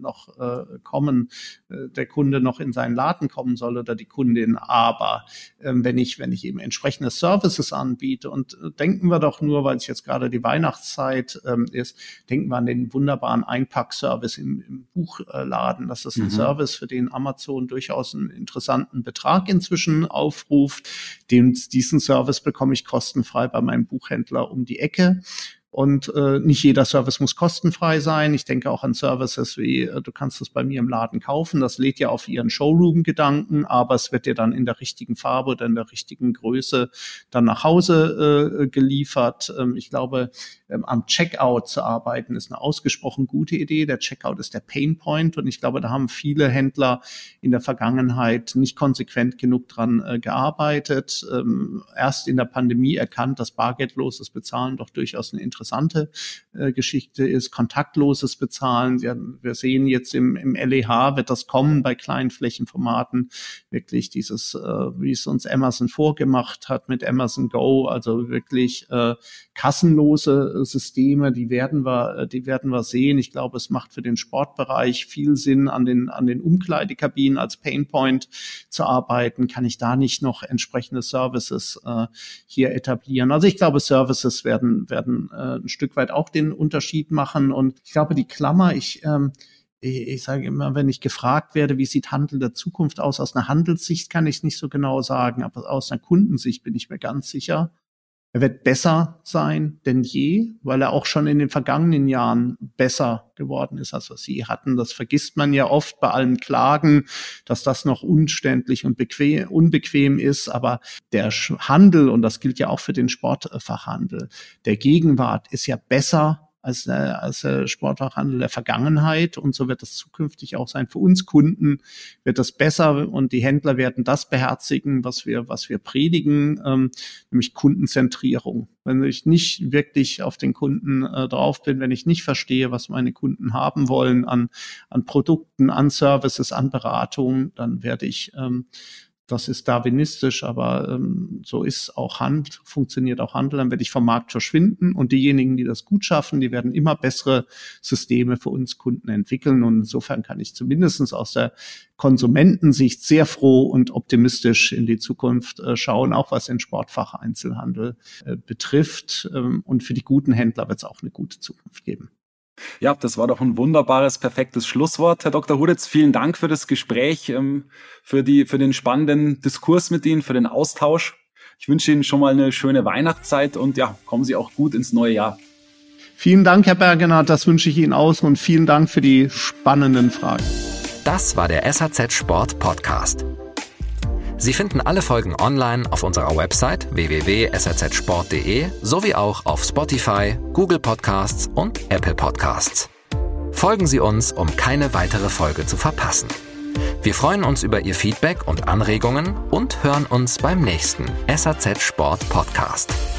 S1: der Kunde noch in seinen Laden kommen soll oder die Kundin. Aber wenn ich eben entsprechende Services anbiete und denken wir doch nur, weil es jetzt gerade die Weihnachtszeit ist, denken wir an den wunderbaren Einpackservice im Buchladen. Das ist ein Service, für den Amazon durchaus einen interessanten Betrag inzwischen aufruft. Diesen Service bekomme ich kostenfrei bei meinem Buchhändler um die Ecke. Und nicht jeder Service muss kostenfrei sein. Ich denke auch an Services wie, du kannst es bei mir im Laden kaufen. Das lädt ja auf Ihren Showroom-Gedanken, aber es wird dir dann in der richtigen Farbe oder in der richtigen Größe dann nach Hause geliefert. Ich glaube, am Checkout zu arbeiten ist eine ausgesprochen gute Idee. Der Checkout ist der Painpoint und ich glaube, da haben viele Händler in der Vergangenheit nicht konsequent genug dran gearbeitet. Erst in der Pandemie erkannt, dass bargeldloses Bezahlen doch durchaus eine interessante Geschichte ist, kontaktloses Bezahlen. Wir sehen jetzt im LEH wird das kommen bei kleinen Flächenformaten, wirklich dieses, wie es uns Amazon vorgemacht hat mit Amazon Go, also wirklich kassenlose Systeme, die werden wir sehen. Ich glaube, es macht für den Sportbereich viel Sinn, an den Umkleidekabinen als Painpoint zu arbeiten. Kann ich da nicht noch entsprechende Services hier etablieren? Also ich glaube, Services werden ein Stück weit auch den Unterschied machen. Und ich glaube, die Klammer, ich sage immer, wenn ich gefragt werde, wie sieht Handel der Zukunft aus einer Handelssicht, kann ich es nicht so genau sagen, aber aus einer Kundensicht bin ich mir ganz sicher, er wird besser sein denn je, weil er auch schon in den vergangenen Jahren besser geworden ist, als was Sie hatten. Das vergisst man ja oft bei allen Klagen, dass das noch umständlich und unbequem ist. Aber der Handel, und das gilt ja auch für den Sportfachhandel, der Gegenwart ist ja besser als der Sportfachhandel der Vergangenheit. Und so wird das zukünftig auch sein. Für uns Kunden wird das besser und die Händler werden das beherzigen, was wir predigen, nämlich Kundenzentrierung. Wenn ich nicht wirklich auf den Kunden drauf bin, wenn ich nicht verstehe, was meine Kunden haben wollen an Produkten, an Services, an Beratungen, dann werde ich das ist darwinistisch, aber so ist auch funktioniert auch Handel. Dann werde ich vom Markt verschwinden und diejenigen, die das gut schaffen, die werden immer bessere Systeme für uns Kunden entwickeln. Und insofern kann ich zumindest aus der Konsumentensicht sehr froh und optimistisch in die Zukunft schauen, auch was den Sportfacheinzelhandel betrifft. Und für die guten Händler wird es auch eine gute Zukunft geben.
S2: Ja, das war doch ein wunderbares, perfektes Schlusswort. Herr Dr. Hudetz, vielen Dank für das Gespräch, für den spannenden Diskurs mit Ihnen, für den Austausch. Ich wünsche Ihnen schon mal eine schöne Weihnachtszeit und ja, kommen Sie auch gut ins neue Jahr.
S1: Vielen Dank, Herr Bergener, das wünsche ich Ihnen aus und vielen Dank für die spannenden Fragen.
S3: Das war der SAZ Sport Podcast. Sie finden alle Folgen online auf unserer Website www.sazsport.de sowie auch auf Spotify, Google Podcasts und Apple Podcasts. Folgen Sie uns, um keine weitere Folge zu verpassen. Wir freuen uns über Ihr Feedback und Anregungen und hören uns beim nächsten SAZ Sport Podcast.